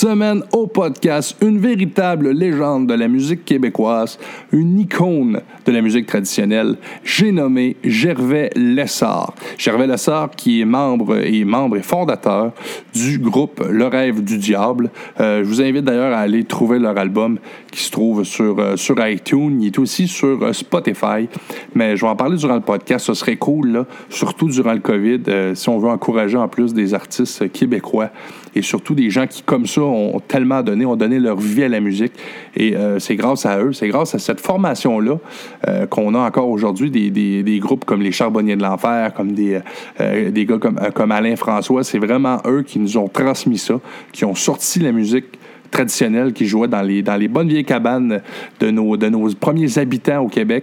semaine au podcast, une véritable légende de la musique québécoise, une icône de la musique traditionnelle. J'ai nommé Gervais Lessard. Gervais Lessard qui est membre et fondateur du groupe Le Rêve du Diable. Je vous invite d'ailleurs à aller trouver leur album qui se trouve sur iTunes. Il est aussi sur Spotify. Mais je vais en parler durant le podcast. Ce serait cool, là, surtout durant le COVID, si on veut encourager en plus des artistes québécois et surtout des gens qui, comme ça, ont tellement donné, ont donné leur vie à la musique. Et c'est grâce à eux, c'est grâce à cette formation-là qu'on a encore aujourd'hui des groupes comme les Charbonniers de l'Enfer, comme des gars comme Alain François. C'est vraiment eux qui nous ont transmis ça, qui ont sorti la musique traditionnelle qui jouait dans les bonnes vieilles cabanes de nos premiers habitants au Québec.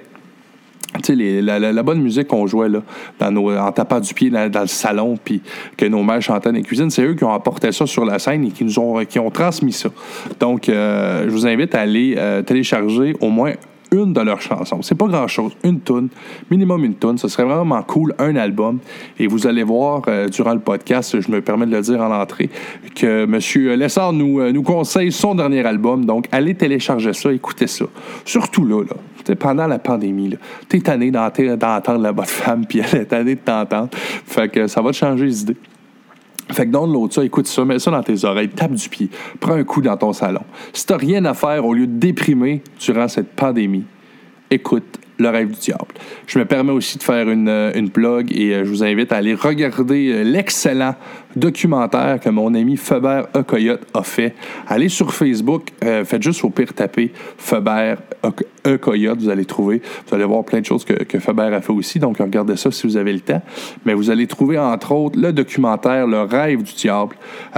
Tu sais, la bonne musique qu'on jouait là, en tapant du pied dans le salon, puis que nos mères chantaient dans les cuisines, c'est eux qui ont apporté ça sur la scène et qui ont transmis ça. Donc, je vous invite à aller télécharger au moins une de leurs chansons. C'est pas grand-chose, une toune, minimum une toune. Ce serait vraiment cool, un album. Et vous allez voir, durant le podcast, je me permets de le dire en entrée, que M. Lessard nous conseille son dernier album. Donc, allez télécharger ça, écoutez ça. Surtout là. Pendant la pandémie, là, t'es tanné d'entendre la bonne femme, puis elle est tannée de t'entendre. Fait que ça va te changer les idées. Fait que download ça, écoute ça, mets ça dans tes oreilles, tape du pied, prends un coup dans ton salon. Si t'as rien à faire, au lieu de déprimer durant cette pandémie, écoute Le Rêve du Diable. Je me permets aussi de faire une plug et je vous invite à aller regarder l'excellent documentaire que mon ami Feubert E. Coyote a fait. Allez sur Facebook, faites juste au pire taper Feubert E. Coyote, vous allez trouver. Vous allez voir plein de choses que Feubert a fait aussi, donc regardez ça si vous avez le temps. Mais vous allez trouver entre autres le documentaire Le Rêve du Diable.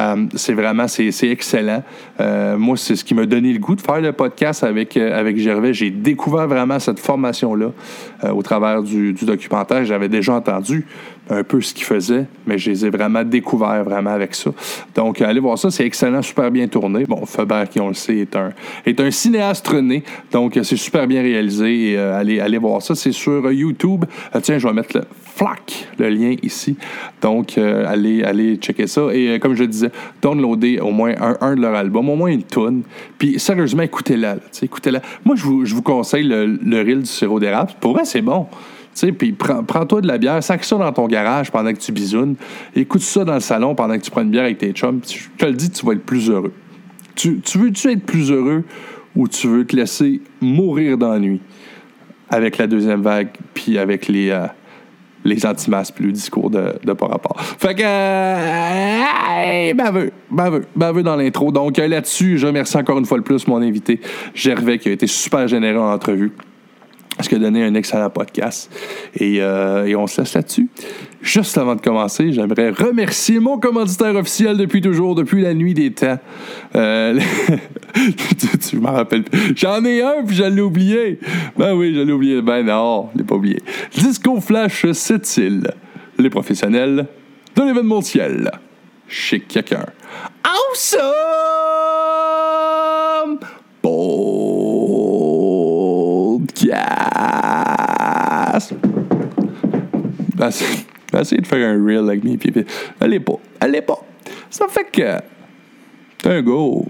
C'est excellent. Moi, c'est ce qui m'a donné le goût de faire le podcast avec Gervais. J'ai découvert vraiment cette formation-là au travers du documentaire. J'avais déjà entendu un peu ce qu'il faisait, mais je les ai vraiment découverts vraiment avec ça. Donc, allez voir ça, c'est excellent, super bien tourné. Bon, Feubert, qui on le sait, est un cinéaste né, donc c'est super bien réalisé. Et, allez voir ça, c'est sur YouTube. Tiens, je vais mettre le lien ici. Donc, allez checker ça. Et comme je le disais, downloadez au moins un de leurs albums, au moins une toune. Puis, sérieusement, écoutez-la. Écoutez-la. Moi, je vous conseille le reel du sirop d'érable. Pour vrai, c'est bon. Tu sais, puis prends-toi de la bière, sac ça dans ton garage pendant que tu bisounes, écoute ça dans le salon pendant que tu prends une bière avec tes chums. Je te le dis, tu vas être plus heureux. Tu veux-tu être plus heureux ou tu veux te laisser mourir d'ennui avec la deuxième vague puis avec les anti-masques puis le discours de pas rapport. Fait que baveux dans l'intro. Donc là-dessus, je remercie encore une fois le plus mon invité Gervais qui a été super généreux en entrevue. Ce qui a donné un excellent podcast. Et on se laisse là-dessus. Juste avant de commencer, j'aimerais remercier mon commanditaire officiel depuis toujours, depuis la nuit des temps. Je m'en rappelle plus. J'en ai un, puis je l'ai oublié. Ben oui, je l'ai oublié. Ben non, je l'ai pas oublié. Disco Flash Sept-Îles. Les professionnels de l'événementiel. Chez quelqu'un. Awesome! Podcast. J'ai essayé de faire un reel avec mes pieds. Allez pas. Ça fait que t'es un go.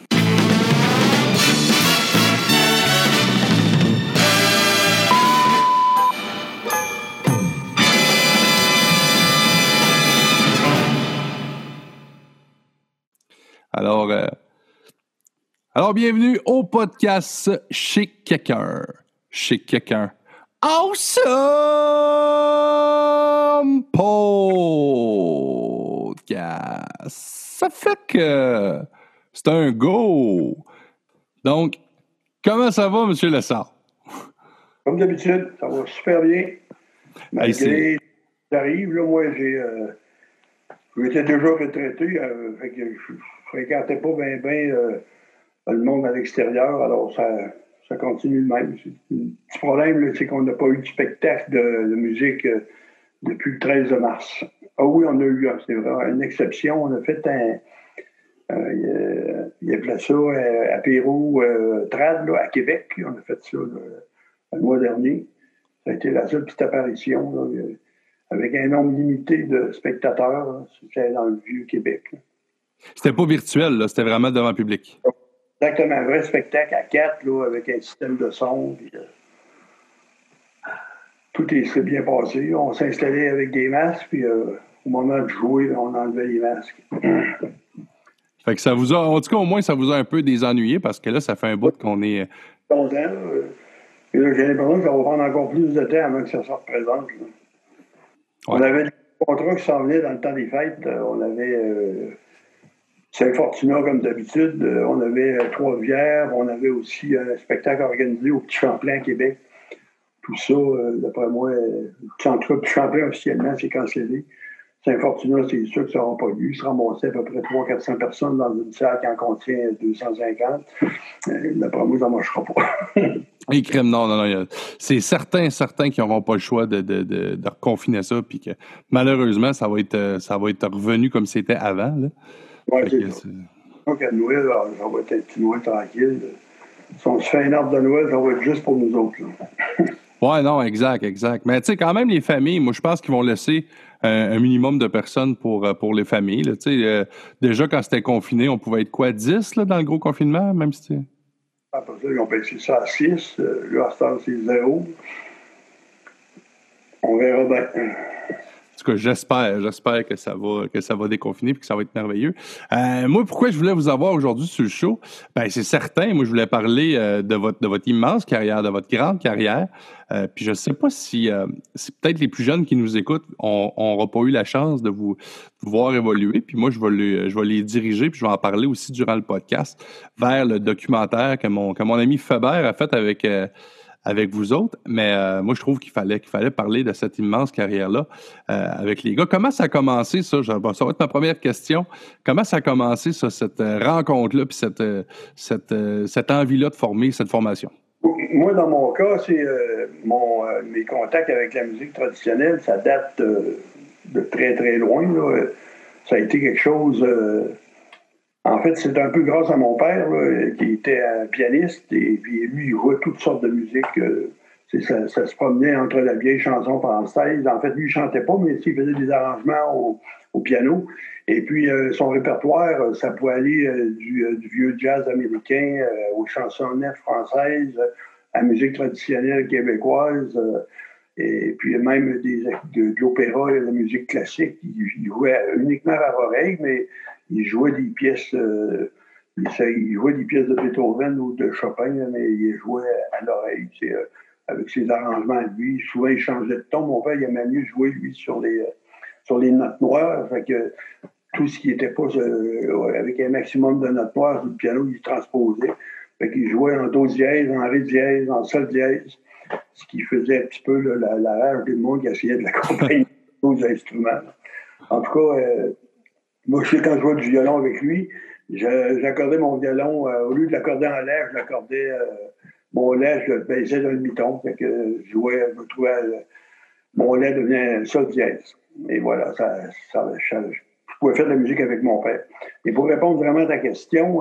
Alors, bienvenue au podcast Chez quelqu'un. Chez quelqu'un. Awesome podcast. Ça fait que c'est un go. Donc, comment ça va, M. Lessard? Comme d'habitude, ça va super bien. Malgré j'arrive, là, moi, j'étais déjà retraité, fait que je fréquentais pas bien le monde à l'extérieur, alors ça continue le même. C'est un petit problème, là, c'est qu'on n'a pas eu de spectacle de musique depuis le 13 mars. Ah oui, on a eu, c'est vraiment une exception. On a fait il y a ça, apéro trad là, à Québec. On a fait ça le mois dernier. Ça a été la seule petite apparition là, avec un nombre limité de spectateurs. Là. C'était dans le vieux Québec. Là. C'était pas virtuel, là, c'était vraiment devant le public. Exactement, un vrai spectacle à 4, là, avec un système de son. Puis, tout s'est bien passé. On s'installait avec des masques, puis au moment de jouer, on enlevait les masques. Fait que ça vous a, en tout cas, au moins, ça vous a un peu désennuyé parce que là, ça fait un bout qu'on est. Longtemps, et là, j'ai l'impression que ça va prendre encore plus de temps avant que ça se représente. Ouais. On avait des contrats qui s'en venaient dans le temps des fêtes. On avait Saint-Fortuna, comme d'habitude. On avait Trois-Rivières. On avait aussi un spectacle organisé au Petit Champlain, à Québec. Tout ça, d'après moi, en tout cas, Petit Champlain, officiellement, c'est cancellé. Saint-Fortuna, c'est sûr que ça n'aura pas lieu. Il se ramassait à peu près 300-400 personnes dans une salle qui en contient 250. D'après moi, ça ne marchera pas. Les crimes, non. C'est certains qui n'auront pas le choix de reconfiner ça, puis que malheureusement, ça va être revenu comme c'était avant. Oui, c'est ça. Donc, à Noël, ça va être un petit Noël tranquille. Si on se fait un arbre de Noël, ça va être juste pour nous autres. Oui, non, exact. Mais tu sais, quand même, les familles, moi, je pense qu'ils vont laisser un minimum de personnes pour les familles. Là, déjà, quand c'était confiné, on pouvait être quoi, 10 là, dans le gros confinement, même si... Après ça, ils ont baissé ça à 6. Là, à ce temps, c'est 0. On verra bien. En tout cas, j'espère que ça va déconfiner et que ça va être merveilleux. Moi, pourquoi je voulais vous avoir aujourd'hui sur le show? Ben, c'est certain. Moi, je voulais parler de votre immense carrière, de votre grande carrière. Puis je ne sais pas si peut-être les plus jeunes qui nous écoutent n'auront pas eu la chance de vous voir évoluer. Puis moi, je vais les diriger, puis je vais en parler aussi durant le podcast, vers le documentaire que mon ami Faber a fait avec vous autres, mais moi, je trouve qu'il fallait parler de cette immense carrière-là avec les gars. Comment ça a commencé, ça? Ça va être ma première question. Comment ça a commencé, ça, cette rencontre-là, puis cette envie-là de former cette formation? Moi, dans mon cas, c'est mes contacts avec la musique traditionnelle, ça date de très, très loin. Là. Ça a été quelque chose... En fait, c'est un peu grâce à mon père, là, qui était un pianiste, et puis lui, il jouait toutes sortes de musique. Ça se promenait entre la vieille chanson française. En fait, lui, il chantait pas, mais il faisait des arrangements au piano. Et puis, son répertoire, ça pouvait aller du vieux jazz américain aux chansonnettes françaises, à la musique traditionnelle québécoise, et puis même de l'opéra et de la musique classique. Il jouait uniquement à l'oreille, mais il jouait des pièces... il jouait des pièces de Beethoven ou de Chopin, mais il jouait à l'oreille. Avec ses arrangements à lui. Souvent, il changeait de ton. Mon père, il aimait mieux jouer, lui, sur les notes noires. Fait que tout ce qui n'était pas avec un maximum de notes noires sur le piano, il transposait. Fait qu'il jouait en do dièse, en ré dièse, en sol dièse, ce qui faisait un petit peu la rage du monde qui essayait de l'accompagner aux instruments. En tout cas, moi, je sais quand je jouais du violon avec lui, j'accordais mon violon, au lieu de l'accorder en l'air, je l'accordais... mon lait, je le baisais d'un demi-ton. Fait que je trouvais mon lait devenait un sol dièse. Et voilà, je pouvais faire de la musique avec mon père. Et pour répondre vraiment à ta question,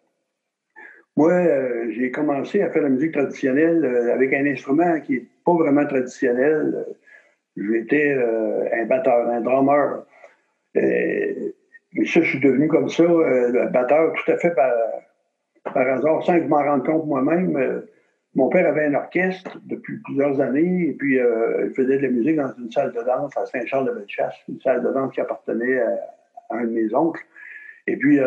moi, j'ai commencé à faire de la musique traditionnelle avec un instrument qui n'est pas vraiment traditionnel. J'étais un batteur, un drummer. Mais ça, je suis devenu comme ça, batteur tout à fait par hasard, sans que je m'en rende compte moi-même. Mon père avait un orchestre depuis plusieurs années et puis il faisait de la musique dans une salle de danse à Saint-Charles-de-Bellechasse, une salle de danse qui appartenait à un de mes oncles. Et puis,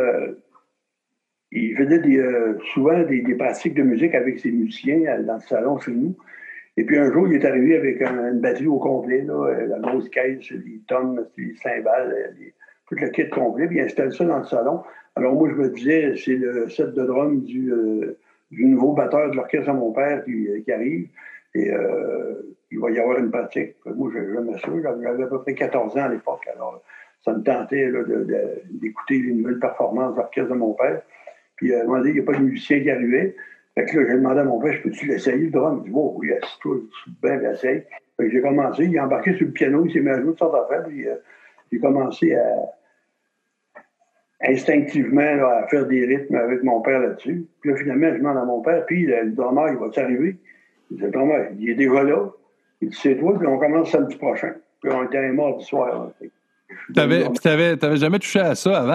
il faisait souvent des pratiques de musique avec ses musiciens dans le salon chez nous. Et puis un jour, il est arrivé avec une batterie au complet, là, la grosse caisse, les tonnes, les cymbales, tout le kit complet, puis il installe ça dans le salon. Alors moi, je me disais, c'est le set de drum du nouveau batteur de l'orchestre à mon père qui arrive, et il va y avoir une pratique. Moi, j'aimais ça, j'avais à peu près 14 ans à l'époque, alors ça me tentait là, d'écouter les nouvelles performances de l'orchestre de mon père. Puis à un moment donné, il n'y a pas de musicien qui arrivait. Fait que là, j'ai demandé à mon père, je peux-tu l'essayer le drum? Il dit, oh, oui, assis-toi, bien, essaye. Fait que j'ai commencé, il est embarqué sur le piano, il s'est mis à jouer toutes sortes d'affaires, puis j'ai commencé instinctivement là, à faire des rythmes avec mon père là-dessus. Puis là, finalement, je demande à mon père, puis le drummer, il va t'arriver? Il dit, le drummer, il est déjà là. Il dit, c'est toi, puis on commence samedi prochain. Puis on était un mardi soir. T'avais jamais touché à ça avant? Là?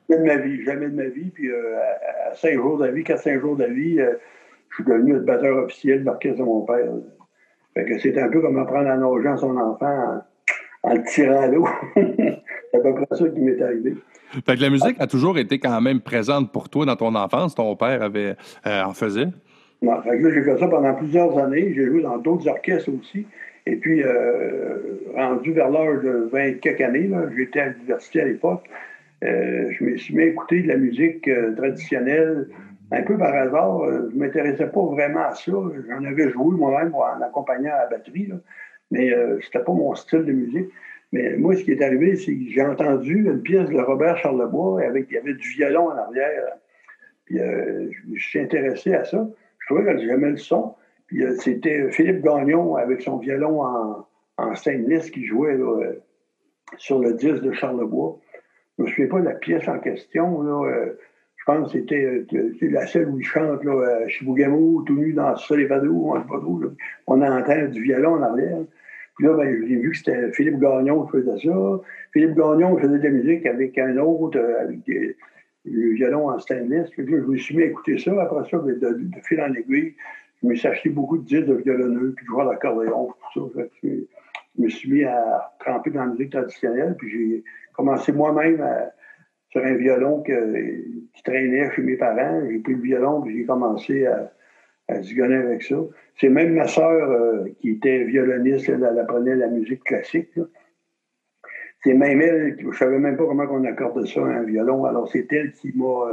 Jamais de ma vie. Puis à 5 jours de la vie, 4-5 jours de la vie, je suis devenu le batteur officiel de l'orchestre de mon père. Fait que c'est un peu comme apprendre à nager à son enfant en le tirant à l'eau. C'est à peu près ça qui m'est arrivé. Fait que la musique a toujours été quand même présente pour toi dans ton enfance. Ton père en faisait. Ouais, fait que là, j'ai fait ça pendant plusieurs années. J'ai joué dans d'autres orchestres aussi. Et puis, rendu vers l'âge de 20 quelques années, là, j'étais à l'université à l'époque. Je me suis mis à écouter de la musique traditionnelle un peu par hasard. Je ne m'intéressais pas vraiment à ça. J'en avais joué moi-même en accompagnant à la batterie, là. Mais c'était pas mon style de musique. Mais moi, ce qui est arrivé, c'est que j'ai entendu une pièce de Robert Charlebois il y avait du violon en arrière. Puis je me suis intéressé à ça. Je trouvais que j'aimais le son. Puis c'était Philippe Gagnon avec son violon en stainless qui jouait là, sur le disque de Charlebois. Je ne me souviens pas de la pièce en question. Là, je pense que c'était la seule où il chante là, Chibougamau, tout nu dans Soleil-Vadou, on entend du violon en arrière. Puis là, ben, j'ai vu que c'était Philippe Gagnon qui faisait ça. Philippe Gagnon faisait de la musique avec un autre, avec le violon en stainless. Puis là, je me suis mis à écouter ça. Après ça, de fil en aiguille, je me suis acheté beaucoup de disques de violonneux, puis de jouer à l'accordéon, tout ça. Je me suis mis à tremper dans la musique traditionnelle, puis j'ai commencé moi-même sur un violon qui traînait chez mes parents. J'ai pris le violon, puis j'ai commencé à zigonner avec ça. C'est même ma sœur qui était violoniste, elle apprenait la musique classique. Là. C'est même elle, je ne savais même pas comment on accorde ça à un violon. Alors c'est elle qui m'a...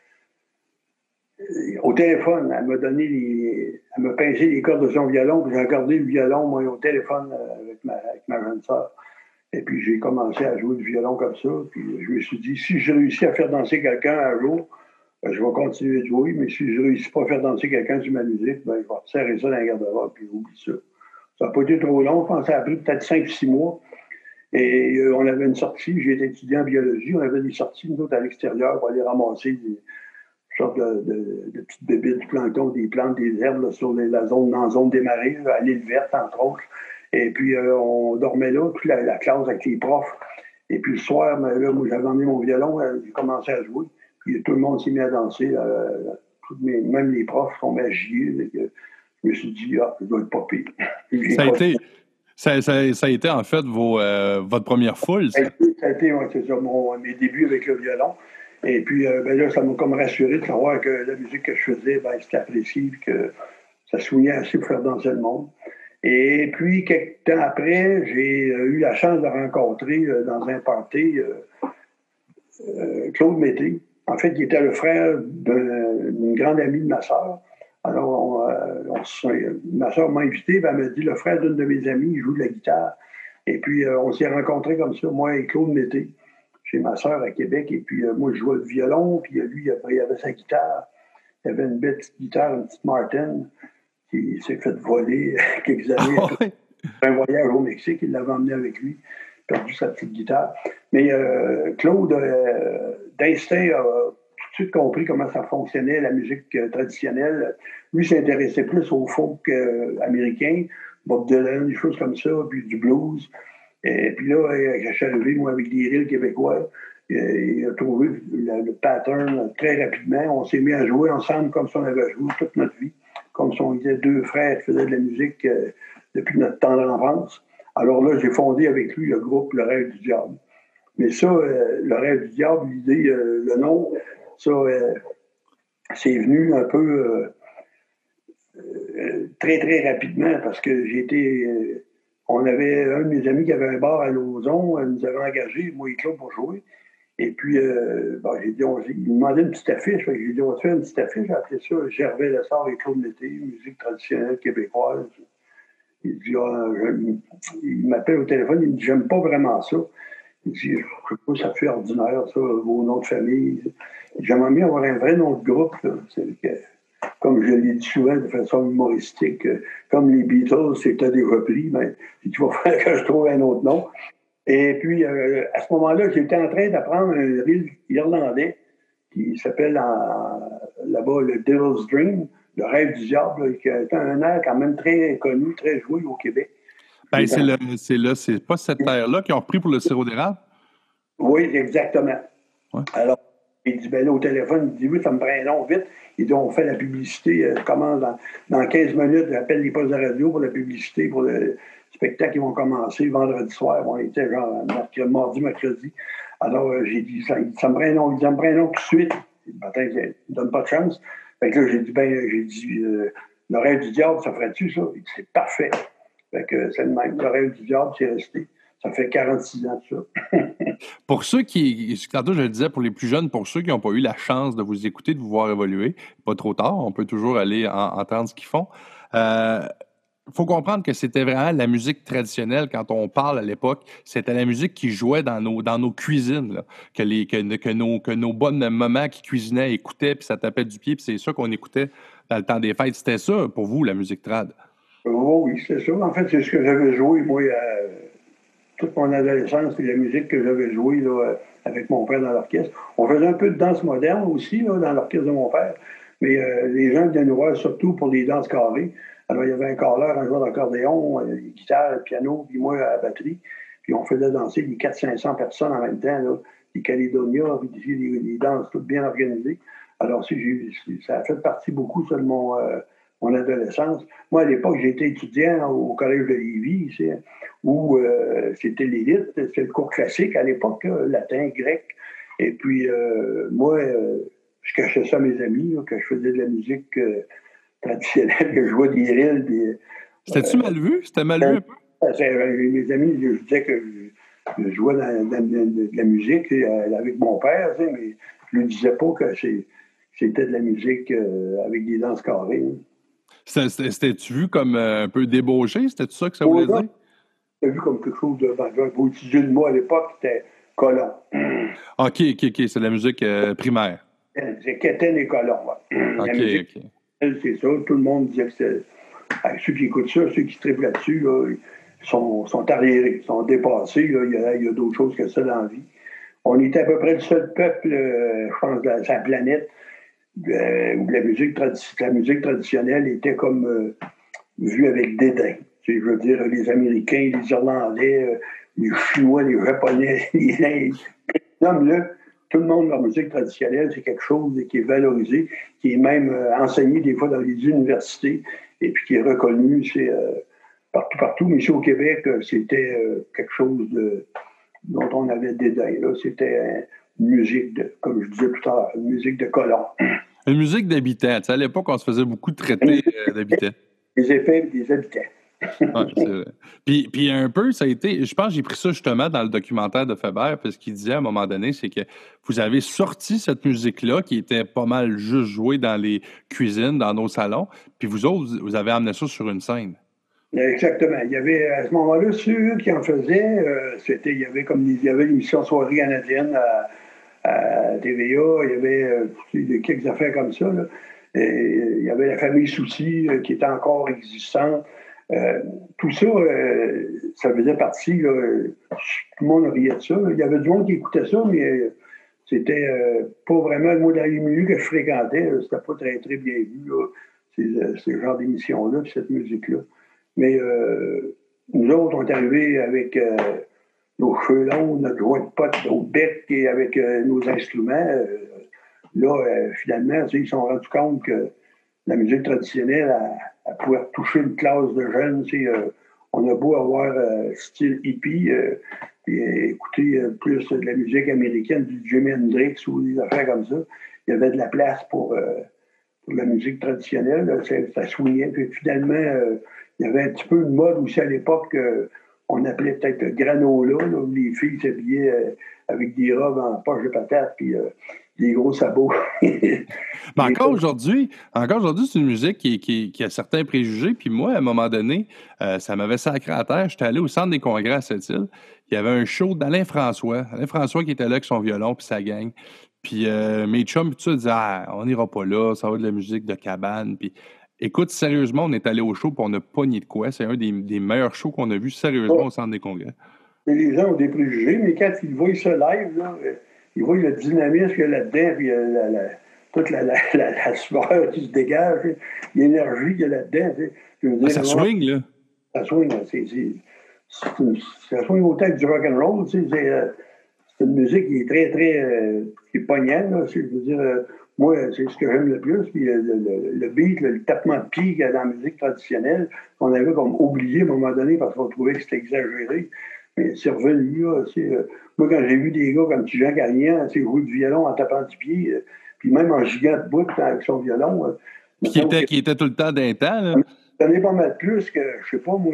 au téléphone, elle m'a pincé les cordes de son violon, puis j'ai accordé le violon, moi, au téléphone avec ma jeune sœur. Et puis j'ai commencé à jouer du violon comme ça. Puis je me suis dit, si je réussis à faire danser quelqu'un un jour, je vais continuer de jouer, mais si je ne réussis pas à faire danser quelqu'un sur ma musique, ben, je vais serrer ça dans la garde-robe, puis j'oublie ça. Ça n'a pas été trop long, je pense que ça a pris peut-être 5-6 mois. Et on avait une sortie, j'ai été étudiant en biologie, on avait des sorties, nous autres, à l'extérieur, pour aller ramasser des sortes de petites bébites, du plancton, des plantes, des herbes là, sur dans la zone des marées, à l'île verte, entre autres. Et puis, on dormait là, puis la classe avec les profs. Et puis, le soir, ben, là, moi, j'avais emmené mon violon, j'ai commencé à jouer. Puis, tout le monde s'est mis à danser. Même les profs sont mis à gier. Je me suis dit, je dois être pas pire. Ça a été, en fait, votre première foule, ça? Ça a été, ouais, c'est ça, mes débuts avec le violon. Et puis, ben là, ça m'a comme rassuré de savoir que la musique que je faisais, ben, c'était apprécié, que ça soulignait assez pour faire danser le monde. Et puis, quelques temps après, j'ai eu la chance de rencontrer dans un party Claude Mété. En fait, il était le frère d'une grande amie de ma sœur. Alors, ma sœur m'a invité, elle m'a dit, le frère d'une de mes amies, il joue de la guitare. Et puis, on s'est rencontrés comme ça, moi et Claude Mété, chez ma sœur à Québec. Et puis, moi, je jouais le violon, puis lui, après, il avait sa guitare. Il avait une belle petite guitare, une petite Martin, qui s'est fait voler quelques années après un voyage au Mexique. Il l'avait emmené avec lui, perdu sa petite guitare. Mais Claude, d'instinct, a tout de suite compris comment ça fonctionnait, la musique traditionnelle. Lui s'intéressait plus au folk américain, Bob Dylan, des choses comme ça, puis du blues. Et puis là, je suis arrivé, moi, avec des reels québécois. Il a trouvé le pattern très rapidement. On s'est mis à jouer ensemble comme si on avait joué toute notre vie, comme si on était deux frères qui faisaient de la musique depuis notre temps d'enfance. Alors là, j'ai fondé avec lui le groupe Le Rêve du Diable. Mais ça, Le Rêve du Diable, l'idée, le nom, ça, c'est venu un peu très, très rapidement parce que on avait un de mes amis qui avait un bar à Lauson, nous avait engagés, moi et Claude, pour jouer. Et puis, j'ai dit, il me demandait une petite affiche. J'ai dit, on va te faire une petite affiche. J'ai appelé ça Gervais Lessard et Claude Mété, musique traditionnelle québécoise. Il m'appelle au téléphone, il me dit, j'aime pas vraiment ça. Il dit, je sais pas, ça fait ordinaire, ça, vos noms de famille. J'aimerais bien avoir un vrai nom de groupe. Là. Comme je l'ai dit souvent de façon humoristique, comme les Beatles, c'était déjà pris, mais tu vas faire que je trouve un autre nom. Et puis, à ce moment-là, j'étais en train d'apprendre un reel irlandais qui s'appelle là-bas le Devil's Dream, le rêve du diable, qui est un air quand même très connu, très joué au Québec. Ben, c'est pas cette terre-là qu'ils ont repris pour le sirop d'érable? Oui, exactement. Ouais. Alors, Il dit, ben là, au téléphone, il dit, oui, ça me prend un nom, vite. Il dit, on fait la publicité, commence dans 15 minutes, j'appelle les postes de radio pour la publicité, pour le spectacle qui vont commencer vendredi soir. On était genre mardi, mercredi. Alors, j'ai dit, ça me prend un nom. Il dit, ça me prend un nom tout de suite. Le matin, il ne donne pas de chance. Fait que là, j'ai dit, l'oreille du diable, ça ferait-tu ça? Il dit, c'est parfait. Fait que c'est le même. L'oreille du diable, c'est resté. Ça fait 46 ans de ça. Pour ceux tantôt je le disais, pour les plus jeunes, pour ceux qui n'ont pas eu la chance de vous écouter, de vous voir évoluer, pas trop tard, on peut toujours aller entendre ce qu'ils font. Faut comprendre que c'était vraiment la musique traditionnelle. Quand on parle à l'époque, c'était la musique qui jouait dans nos cuisines, là, que nos bonnes mamans qui cuisinaient écoutaient, puis ça tapait du pied, puis c'est ça qu'on écoutait dans le temps des fêtes. C'était ça, pour vous, la musique trad? Oui, c'est ça. En fait, c'est ce que j'avais joué, moi, toute mon adolescence, c'est la musique que j'avais jouée là, avec mon père dans l'orchestre. On faisait un peu de danse moderne aussi là, dans l'orchestre de mon père, mais les gens venaient nous voir surtout pour les danses carrées. Alors, il y avait un carreleur, un joueur d'accordéon, guitare, piano, puis moi à la batterie. Puis on faisait danser les 400-500 personnes en même temps, là, les Calédonia, puis les danses toutes bien organisées. Alors, ça a fait partie beaucoup ça, de mon adolescence. Moi, à l'époque, j'étais étudiant au Collège de Lévis, ici, où c'était l'élite, c'était le cours classique à l'époque, là, latin, grec. Et puis, moi, je cachais ça à mes amis, là, que je faisais de la musique traditionnelle, que je jouais des rilles. C'était-tu mal vu? C'était mal vu un peu? Mes amis, je disais que je jouais de la musique avec mon père, mais je ne lui disais pas que c'était de la musique avec des danses carrées. C'était-tu vu comme un peu débauché? C'était ça que ça voulait dire? C'était vu comme quelque chose de... Pour utiliser le mot à l'époque, c'était colon. OK. C'est de la musique primaire. C'est Quétaine et colon. OK, La musique, c'est ça. Tout le monde disait que c'était... Ceux qui écoutent ça, ceux qui triplent là-dessus, là, sont arriérés, sont dépassés. Là. Il y a d'autres choses que ça dans la vie. On était à peu près le seul peuple, je pense, de la planète où la musique traditionnelle était comme vue avec dédain. Je veux dire, les Américains, les Irlandais, les Chinois, les Japonais, les Indiens, tout le monde, leur musique traditionnelle, c'est quelque chose qui est valorisé, qui est même enseigné des fois dans les universités, et puis qui est reconnu, c'est partout. Mais ici au Québec, c'était quelque chose dont on avait dédain. Là. C'était une musique, comme je disais tout à l'heure, une musique de colon. Une musique d'habitants. À l'époque, on se faisait beaucoup de traités d'habitants. Des effets des habitants. Ouais, c'est vrai. Puis un peu, ça a été... Je pense que j'ai pris ça justement dans le documentaire de Faber, parce qu'il disait à un moment donné, c'est que vous avez sorti cette musique-là, qui était pas mal juste jouée dans les cuisines, dans nos salons, puis vous autres, vous avez amené ça sur une scène. Exactement. Il y avait, à ce moment-là, ceux qui en faisaient, il y avait l'émission Soirée canadienne à TVA, il y avait quelques affaires comme ça. Là. Et, il y avait la famille Soucy qui était encore existante. Tout ça, ça faisait partie, là, tout le monde riait de ça. Là. Il y avait du monde qui écoutait ça, mais c'était pas vraiment, moi, dans les milieux que je fréquentais, c'était pas très, très bien vu, là, ces genres d'émissions-là, puis cette musique-là. Mais nous autres, on est arrivés avec nos cheveux longs, notre joint de pote, notre bec et avec nos instruments. Finalement, ils se sont rendus compte que la musique traditionnelle, elle pouvait toucher une classe de jeunes. On a beau avoir style hippie et écouter plus de la musique américaine, du Jimi Hendrix ou des affaires comme ça. Il y avait de la place pour la musique traditionnelle. Là, ça swingait. Puis finalement, il y avait un petit peu de mode aussi à l'époque on appelait peut-être granola, là, où les filles s'habillaient avec des robes en poche de patate puis des gros sabots. Mais encore aujourd'hui, c'est une musique qui a certains préjugés. Puis moi, à un moment donné, ça m'avait sacré à terre. J'étais allé au centre des congrès à Sept-Îles. Il y avait un show d'Alain François. Alain François qui était là avec son violon puis sa gang. Puis mes chums, tout ça, disaient on n'ira pas là, ça va être de la musique de cabane. Puis écoute, sérieusement, on est allé au show puis on n'a pas nié de quoi. C'est un des meilleurs shows qu'on a vu sérieusement au centre des congrès. Et les gens ont des préjugés, mais quand ils voient ça live, là, ils voient le dynamisme qu'il y a là-dedans, puis toute la sueur qui se dégage, l'énergie qu'il y a là-dedans. Ça swing, là. Ça swing, ça swing autant que du rock'n'roll. c'est une musique qui est très, très qui est poignante. Là. Je veux dire, moi, c'est ce que j'aime le plus. Puis le beat, le tapement de pied qu'il y a dans la musique traditionnelle, qu'on avait comme oublié à un moment donné parce qu'on trouvait que c'était exagéré. Mais c'est revenu, là. Moi, quand j'ai vu des gars comme Jean Gagnon, jouer du violon en tapant du pied, puis même en gigant de bout avec son violon. Puis qui était tout le temps d'un temps, là. Ça n'est pas mal plus que, je sais pas, moi,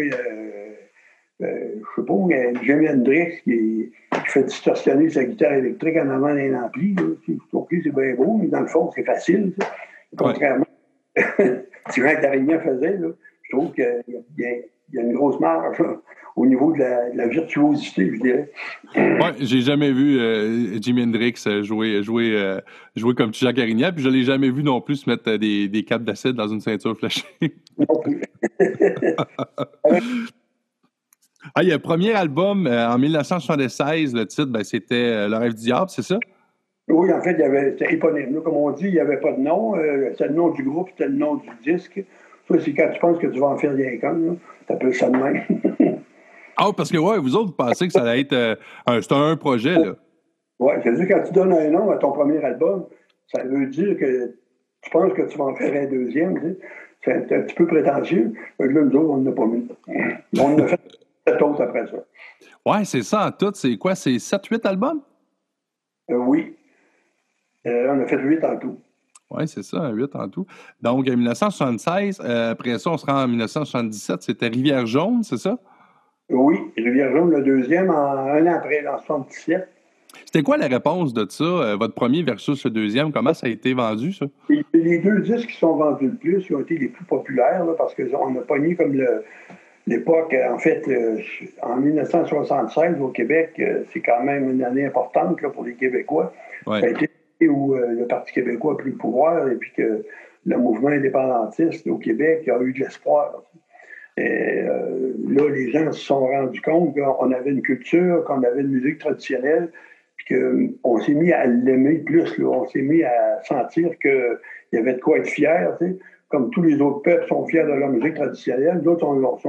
Jimi Hendrix qui fait distorsionner sa guitare électrique en avant d'un ampli. Là. OK, c'est bien beau, mais dans le fond, c'est facile. Ça. Contrairement à ce que Jean Carignan faisait, là, je trouve qu'il y a une grosse marge là, au niveau de la virtuosité, je dirais. Oui, j'ai jamais vu Jimi Hendrix jouer comme Jean Carignan, puis je l'ai jamais vu non plus se mettre des capes d'acide dans une ceinture flashée. Non plus. Il y a un premier album en 1976, le titre, c'était Le rêve du diable, c'est ça? Oui, en fait, c'était éponyme. Là, comme on dit, il n'y avait pas de nom. C'était le nom du groupe, c'était le nom du disque. Ça, c'est quand tu penses que tu vas en faire rien comme, tu appelles ça de même. Parce que, vous autres, vous pensez que ça allait être c'était un projet, là. Oui, c'est-à-dire quand tu donnes un nom à ton premier album, ça veut dire que tu penses que tu vas en faire un deuxième, tu sais. C'est un petit peu prétentieux. Là, nous autres, on n'en a pas mis. On en a fait 7 autres après ça. Oui, c'est ça en tout. C'est quoi? C'est 7-8 albums? Oui. On a fait 8 en tout. Oui, c'est ça, 8 en tout. Donc, en 1976, après ça, on se rend en 1977, c'était Rivière-Jaune, c'est ça? Oui, Rivière-Jaune, le deuxième, un an après, en 1977. C'était quoi la réponse de ça, votre premier versus le deuxième? Comment ça a été vendu, ça? Les deux disques qui sont vendus le plus, qui ont été les plus populaires, là, parce qu'on a pogné comme l'époque, en fait, en 1976 au Québec, c'est quand même une année importante là, pour les Québécois. Ouais. Ça a été où le Parti québécois a pris le pouvoir et puis que le mouvement indépendantiste au Québec a eu de l'espoir. Et là, les gens se sont rendus compte qu'on avait une culture, qu'on avait une musique traditionnelle, puis qu'on s'est mis à l'aimer plus. Là. On s'est mis à sentir qu'il y avait de quoi être fier, tu sais. Comme tous les autres peuples sont fiers de leur musique traditionnelle, d'autres,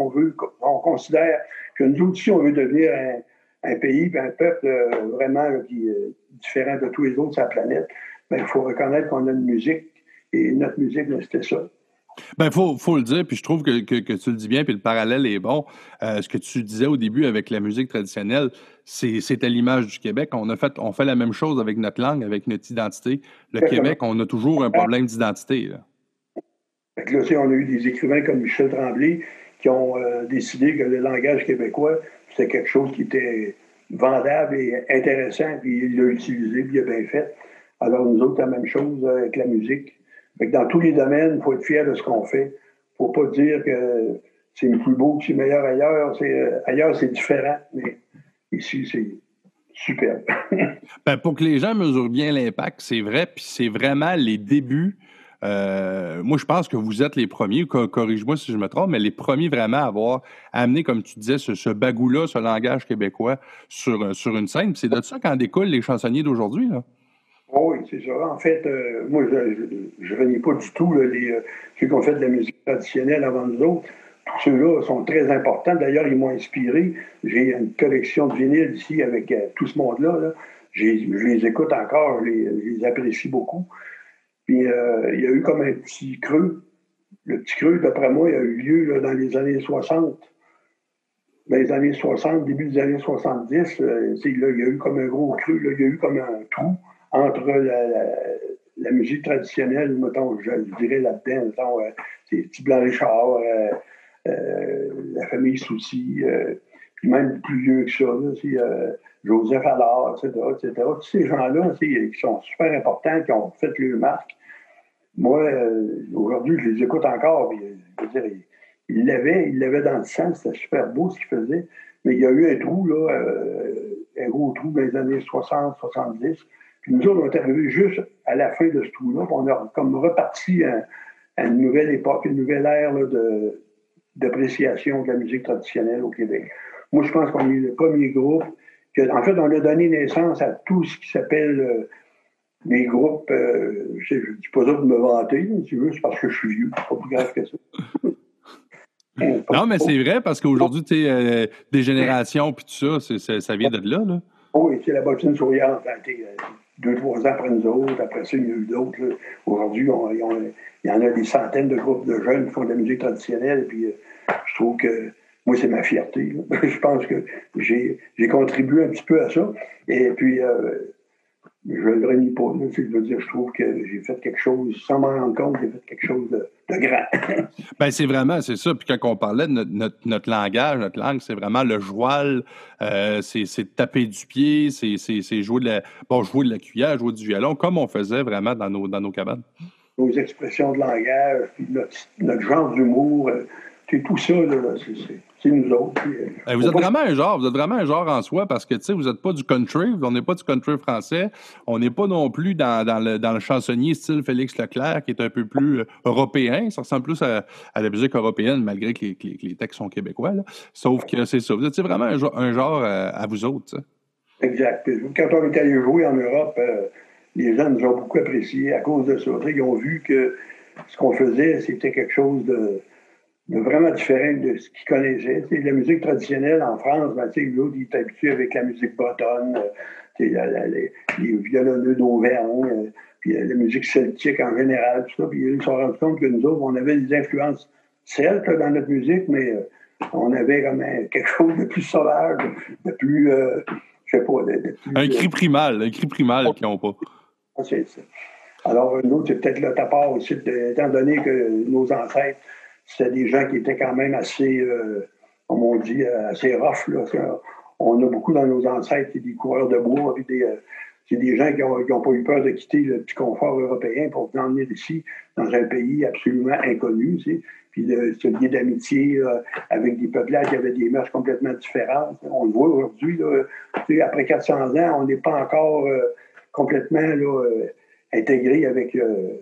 on considère que nous aussi, on veut devenir un pays, un peuple vraiment là, qui est différent de tous les autres sur la planète. Il faut reconnaître qu'on a une musique, et notre musique, c'était ça. Faut le dire, puis je trouve que tu le dis bien, puis le parallèle est bon. Ce que tu disais au début avec la musique traditionnelle, c'était l'image du Québec. On fait la même chose avec notre langue, avec notre identité. Le Québec, on a toujours un problème d'identité. Là. Fait que là, on a eu des écrivains comme Michel Tremblay qui ont décidé que le langage québécois, c'était quelque chose qui était vendable et intéressant, puis il l'a utilisé, puis il a bien fait. Alors, nous autres, la même chose avec la musique. Fait que dans tous les domaines, il faut être fier de ce qu'on fait. Il ne faut pas dire que c'est plus beau, que c'est meilleur ailleurs. Ailleurs, c'est différent, mais ici, c'est superbe. Pour que les gens mesurent bien l'impact, c'est vrai, puis c'est vraiment les débuts. Moi, je pense que vous êtes les premiers, corrige-moi si je me trompe, mais les premiers vraiment à avoir amené, comme tu disais, ce bagou-là, ce langage québécois sur une scène. Puis c'est de ça qu'en découlent les chansonniers d'aujourd'hui, là. Oui, c'est ça. En fait, moi, je ne renie pas du tout là, ceux qui ont fait de la musique traditionnelle avant nous autres. Tous ceux-là sont très importants. D'ailleurs, ils m'ont inspiré. J'ai une collection de vinyles ici avec tout ce monde-là. Là. Je les écoute encore, je les apprécie beaucoup. Puis, il y a eu comme un petit creux. Le petit creux, d'après moi, il a eu lieu là, dans les années 60. Dans les années 60, début des années 70, là, il y a eu comme un gros creux. Là, il y a eu comme un trou entre la musique traditionnelle, mettons, je dirais là-dedans, mettons, c'est Petit Blanc Richard, la famille Soucy, puis même plus vieux que ça, là, Joseph Allard, etc. Tous ces gens-là, qui sont super importants, qui ont fait leur marque. Moi, aujourd'hui, je les écoute encore, puis, je veux dire, ils l'avaient dans le sang, c'était super beau ce qu'ils faisaient, mais il y a eu un trou, là, un gros trou dans les années 60, 70. Puis nous autres, on est arrivés juste à la fin de ce trou-là. On a comme reparti à une nouvelle époque, une nouvelle ère là, d'appréciation de la musique traditionnelle au Québec. Moi, je pense qu'on est le premier groupe. En fait, on a donné naissance à tout ce qui s'appelle les groupes. Je ne dis pas ça pour me vanter, si tu veux, c'est parce que je suis vieux. C'est pas plus grave que ça. Non, mais c'est vrai, parce qu'aujourd'hui, des générations puis tout ça, ça vient de là, là. Oh, et c'est la bottine souriante. Ça a été 2-3 ans après nous autres. Après ça, il y en a eu d'autres. Là. Aujourd'hui, il y en a des centaines de groupes de jeunes qui font de la musique traditionnelle. Puis je trouve que moi, c'est ma fierté. Là. Je pense que j'ai contribué un petit peu à ça. Et puis, je ne le renie pas. Là. Je veux dire, je trouve que j'ai fait quelque chose, sans m'en rendre compte, j'ai fait quelque chose de grand. Ben c'est ça. Puis quand on parlait de notre langage, notre langue, c'est vraiment le joual, c'est taper du pied, c'est jouer jouer de la cuillère, jouer du violon, comme on faisait vraiment dans nos cabanes. Nos expressions de langage, puis notre genre d'humour, c'est tout ça, là, c'est nous autres. Puis, vous êtes vraiment un genre en soi, parce que, tu sais, vous n'êtes pas du country, on n'est pas du country français, on n'est pas non plus dans le chansonnier style Félix Leclerc, qui est un peu plus européen, ça ressemble plus à la musique européenne, malgré que les textes sont québécois, là. Sauf que c'est ça, vous êtes vraiment un genre à vous autres, ça. Exact. Puis, quand on est allé jouer en Europe, les gens nous ont beaucoup apprécié à cause de ça. Ils ont vu que ce qu'on faisait, c'était quelque chose de vraiment différent de ce qu'ils connaissaient. T'sais, la musique traditionnelle en France, ben, l'autre, il est habitué avec la musique bretonne, les violonneux d'Auvergne, puis la musique celtique en général, tout ça. Puis ils se sont rendus compte que nous autres, on avait des influences celtes dans notre musique, mais on avait comme quelque chose de plus sauvage, de plus, je sais pas, de plus... Un cri primal qu'ils n'ont pas. C'est ça. Alors, nous, c'est peut-être le tapard aussi, étant donné que nos ancêtres, c'était des gens qui étaient quand même assez, comme on dit, assez rough. Là. On a beaucoup dans nos ancêtres des coureurs de bois, puis c'est des gens qui n'ont pas eu peur de quitter le petit confort européen pour venir ici, dans un pays absolument inconnu. Tu sais. Puis de se lier d'amitié avec des peuplades qui avaient des mœurs complètement différentes. On le voit aujourd'hui, là, tu sais, après 400 ans, on n'est pas encore complètement là, intégré avec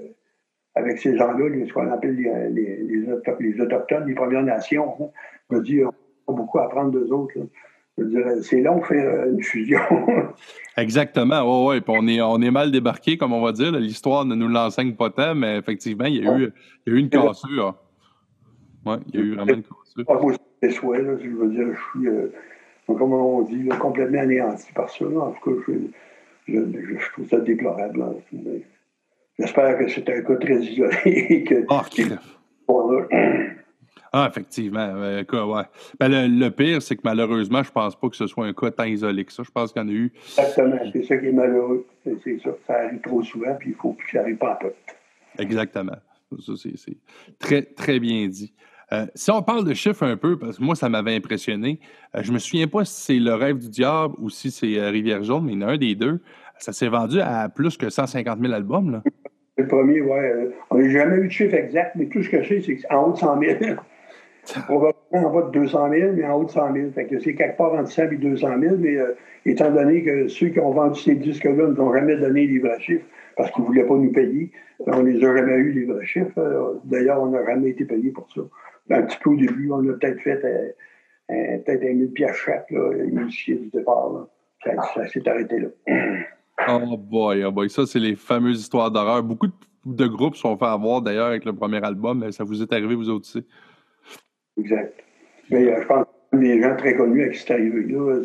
ces gens-là, ce qu'on appelle les Autochtones, les Premières Nations. Hein. Je veux dire, on a beaucoup à apprendre d'eux autres. Là. Je veux dire, c'est long de faire une fusion. Exactement, oui. Puis on est mal débarqué, comme on va dire. L'histoire ne nous l'enseigne pas tant, mais effectivement, il y a eu une cassure. Oui, il y a eu vraiment une cassure. Moi, c'est souhait, là, je veux dire, je suis, comme on dit, là, complètement anéanti par ça. Là. En tout cas, je trouve ça déplorable. Là. J'espère que c'est un cas très isolé. Effectivement. Ouais. Ben, le pire, c'est que malheureusement, je pense pas que ce soit un cas tant isolé que ça. Je pense qu'il y en a eu. Exactement. C'est ça qui est malheureux. C'est ça. Ça arrive trop souvent, puis il faut que ça n'arrive pas à tout. Exactement. Ça, c'est très, très bien dit. Si on parle de chiffres un peu, parce que moi, ça m'avait impressionné, je me souviens pas si c'est Le Rêve du Diable ou si c'est Rivière-Jaune, mais il y en a un des deux. Ça s'est vendu à plus que 150 000 albums, là. Le premier, oui. On n'a jamais eu de chiffre exact, mais tout ce que je sais, c'est que c'est en haut de 100 000. Probablement en bas de 200 000, mais en haut de 100 000. Fait que c'est quelque part entre 100 et 200 000, mais étant donné que ceux qui ont vendu ces disques-là ne nous ont jamais donné les vrais chiffres parce qu'ils ne voulaient pas nous payer, on les a jamais eu, les vrais chiffres. D'ailleurs, on n'a jamais été payé pour ça. Un petit peu au début, on a peut-être fait peut-être 1 000 piastres chaque, là, les musiciens du départ. Là. Ça s'est arrêté là. Oh boy, ça, c'est les fameuses histoires d'horreur. Beaucoup de groupes se sont fait avoir, d'ailleurs, avec le premier album, mais ça vous est arrivé, vous autres aussi. Exact. Mais je pense que les gens très connus à qui c'est arrivé là,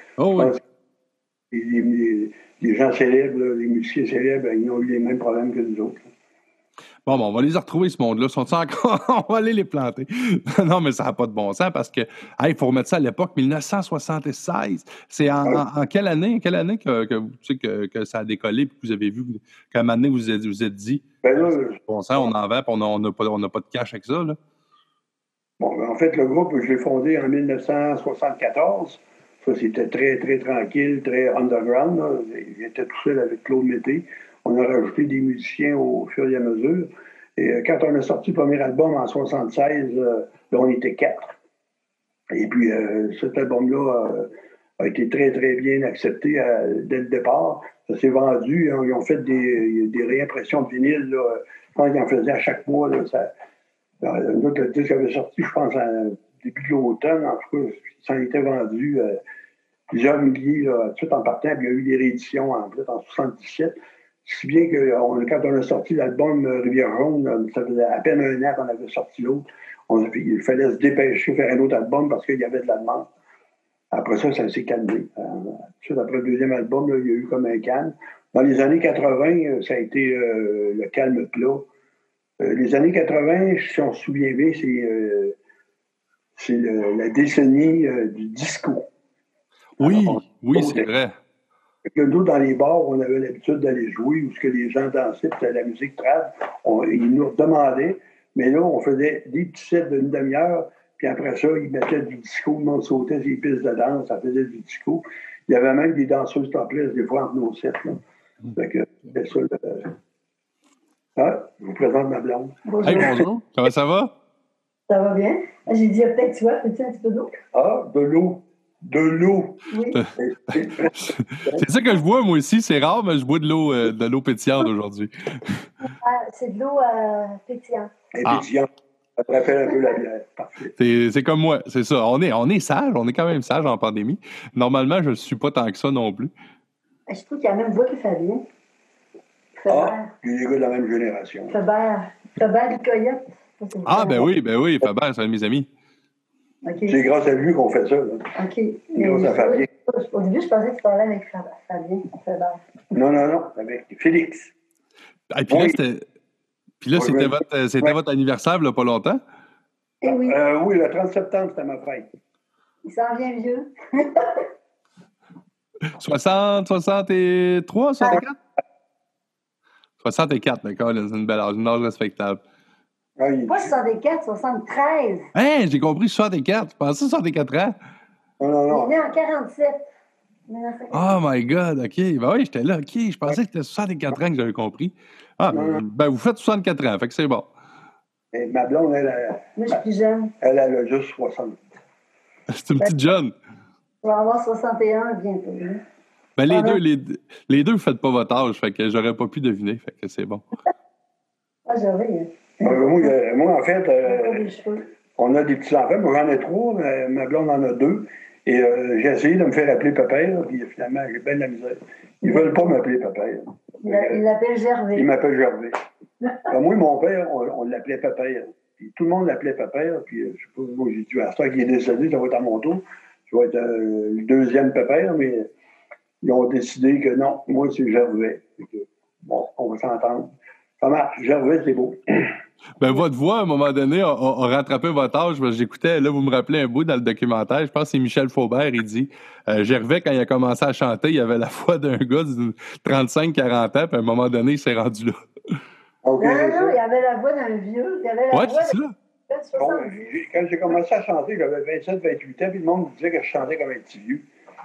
les gens célèbres, là, les musiciens célèbres, ils ont eu les mêmes problèmes que nous autres. Là. Bon, on va les retrouver, ce monde-là. Sont-ils encore... on va aller les planter. Non, mais ça n'a pas de bon sens parce que, il faut remettre ça à l'époque, 1976. C'est en quelle année? Quelle année que ça a décollé et que vous avez vu qu'à un moment donné, vous êtes dit, bon sang, on en vend et on n'a pas de cash avec ça, là? Bon, en fait, le groupe, je l'ai fondé en 1974. Ça, c'était très, très tranquille, très underground. Là. J'étais tout seul avec Claude Mété. On a rajouté des musiciens au fur et à mesure. Et quand on a sorti le premier album en 1976, on était 4. Et puis, cet album-là a été très, très bien accepté dès le départ. Ça s'est vendu. Ils ont fait des réimpressions de vinyle. Là. Je pense qu'ils en faisaient à chaque mois. Là, le disque avait sorti, je pense, début de l'automne. En tout cas, ça en était vendu plusieurs milliers, là, tout en partant. Puis il y a eu des rééditions en 1977. Si bien que quand on a sorti l'album Rivière-Jaune, ça faisait à peine 1 an qu'on avait sorti l'autre. Il fallait se dépêcher, faire un autre album parce qu'il y avait de la demande. Après ça, ça s'est calmé. Ensuite, après le deuxième album, là, il y a eu comme un calme. Dans les années 80, ça a été le calme plat. Les années 80, si on se souvient bien, c'est la décennie du disco. Oui, Alors, oui, c'est vrai. nous, dans les bars, on avait l'habitude d'aller jouer où ce que les gens dansaient, puis la musique trad, ils nous demandaient, mais là, on faisait des petits sets d'une demi-heure, puis après ça, ils mettaient du disco, le monde sautait sur les pistes de danse, ça faisait du disco. Il y avait même des danseuses topless des fois entre nos sets. Là. Fait que c'était ça. Je vous présente ma blonde. Bonjour. Hey, bonjour. Comment ça va? Ça va bien? J'ai dit peut-être toi, peux-tu un petit peu d'eau? Ah, de l'eau. De l'eau. Oui. C'est ça que je bois, moi aussi. C'est rare, mais je bois de l'eau pétillante aujourd'hui. C'est de l'eau pétillante. Et pétillante. Ça te rappelle un peu la bière. Parfait. C'est comme moi, c'est ça. On est sage, on est quand même sage en pandémie. Normalement, je ne suis pas tant que ça non plus. Je trouve qu'il y a la même voix que Fabien. Il est des gars de la même génération. Fabien du Coyote. Ah, ben oui, Fabien, c'est un de mes amis. Okay. C'est grâce à lui qu'on fait ça. Là. OK. Grâce à Fabien. Au début, je pensais que tu parlais avec Fabien. Non, avec Félix. Et puis là, c'était votre anniversaire, là, pas longtemps? Eh oui. Oui, le 30 septembre, c'était ma fête. Il s'en vient vieux. 60, 63, 64? 64, d'accord, c'est une belle âge, une âge respectable. Pas 64, 73. Hein, j'ai compris 64. Je pensais 64 ans. Non. Il est né en 47. Oh my God, OK. Ben oui, j'étais là, OK. Je pensais que c'était 64 ans que j'avais compris. Ah, ben vous faites 64 ans, fait que c'est bon. Et ma blonde, moi, je suis plus jeune. Elle a juste 60. C'est une petite jeune. Je vais avoir 61 bientôt. Ben les deux, vous faites pas votre âge, fait que j'aurais pas pu deviner, fait que c'est bon. J'aurais. Moi, en fait, on a des petits-enfants. Moi, j'en ai 3. Ma blonde en a 2. Et j'ai essayé de me faire appeler papa, puis finalement, j'ai bien de la misère. Ils veulent pas m'appeler papa. Il l'appelle Gervais. Il m'appelle Gervais. Moi, mon père, on l'appelait papa. Puis tout le monde l'appelait papa. Puis je sais pas, moi, j'ai dit, à ce temps qu'il est décédé, ça va être à mon tour. Je vais être le deuxième papa, mais ils ont décidé que non, moi, c'est Gervais. Bon, on va s'entendre. Ça marche. Gervais, c'est beau. Ben, votre voix, à un moment donné, a rattrapé votre âge. Parce que j'écoutais, là, vous me rappelez un bout dans le documentaire, je pense que c'est Michel Faubert, il dit Gervais, quand il a commencé à chanter, il avait la voix d'un gars de 35-40 ans, puis à un moment donné, il s'est rendu là. Okay, non, il avait la voix d'un vieux. Il avait la voix c'est ça. Bon, quand j'ai commencé à chanter, j'avais 27-28 ans, puis le monde me disait que je chantais comme un petit vieux.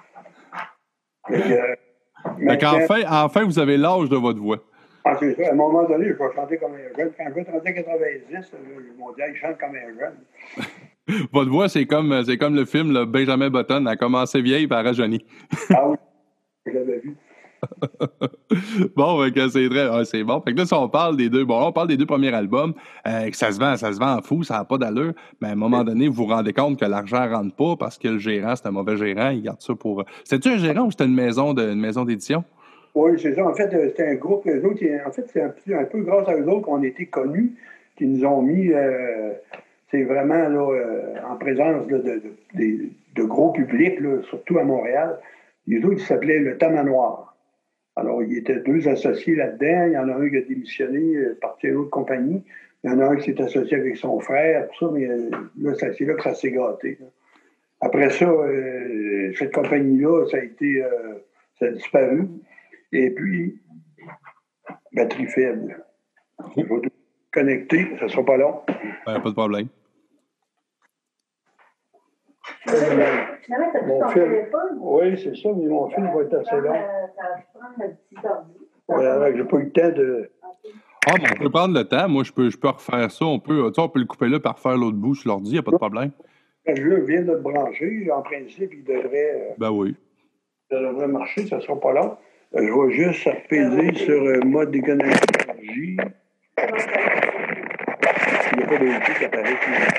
Enfin, vous avez l'âge de votre voix. Ah, c'est ça. À un moment donné, je vais chanter comme un jeune. Quand je vais rentrer 90, ils m'ont dit, il chante comme un jeune. Votre voix, c'est comme le film là, Benjamin Button. Elle a commencé vieille et elle a rajeuni. Ah oui, je l'avais vu. Bon, c'est bon. Fait que là, si on parle des deux, on parle des deux premiers albums, que ça se vend en fou, ça n'a pas d'allure, mais à un moment donné, vous vous rendez compte que l'argent ne rentre pas parce que le gérant, c'est un mauvais gérant, il garde ça pour. C'était-tu un gérant ou c'était une maison d'édition? Oui, c'est ça. En fait, c'était un groupe. Eux autres, en fait, c'est un peu grâce à eux autres qu'on a été connus, qui nous ont mis, c'est vraiment là, en présence là, de gros publics, là, surtout à Montréal. Les autres, ils s'appelaient le Tamanoir. Alors, il y était 2 associés là-dedans. Il y en a un qui a démissionné, parti à une autre compagnie. Il y en a un qui s'est associé avec son frère, tout ça, mais là, c'est là que ça s'est gâté. Là. Après ça, cette compagnie-là, ça a disparu. Et puis, batterie faible. Je vais tout connecter, ça ne sera pas long. Pas de problème. Finalement, tu as pris ton téléphone? Oui, c'est ça, mais mon fil va être assez long. Ça va prendre le petit ordi. Ouais, j'ai pas eu le temps de... Ah, mais on peut prendre le temps. Moi, je peux refaire ça. On peut le couper là par refaire l'autre bout sur l'ordi, il n'y a pas de problème. Je viens de le brancher. En principe, il devrait... Ben oui. Ça devrait marcher, ça ne sera pas long. Je vais juste apaiser sur mode d'économie d'énergie. Il n'y a pas de qui apparaît.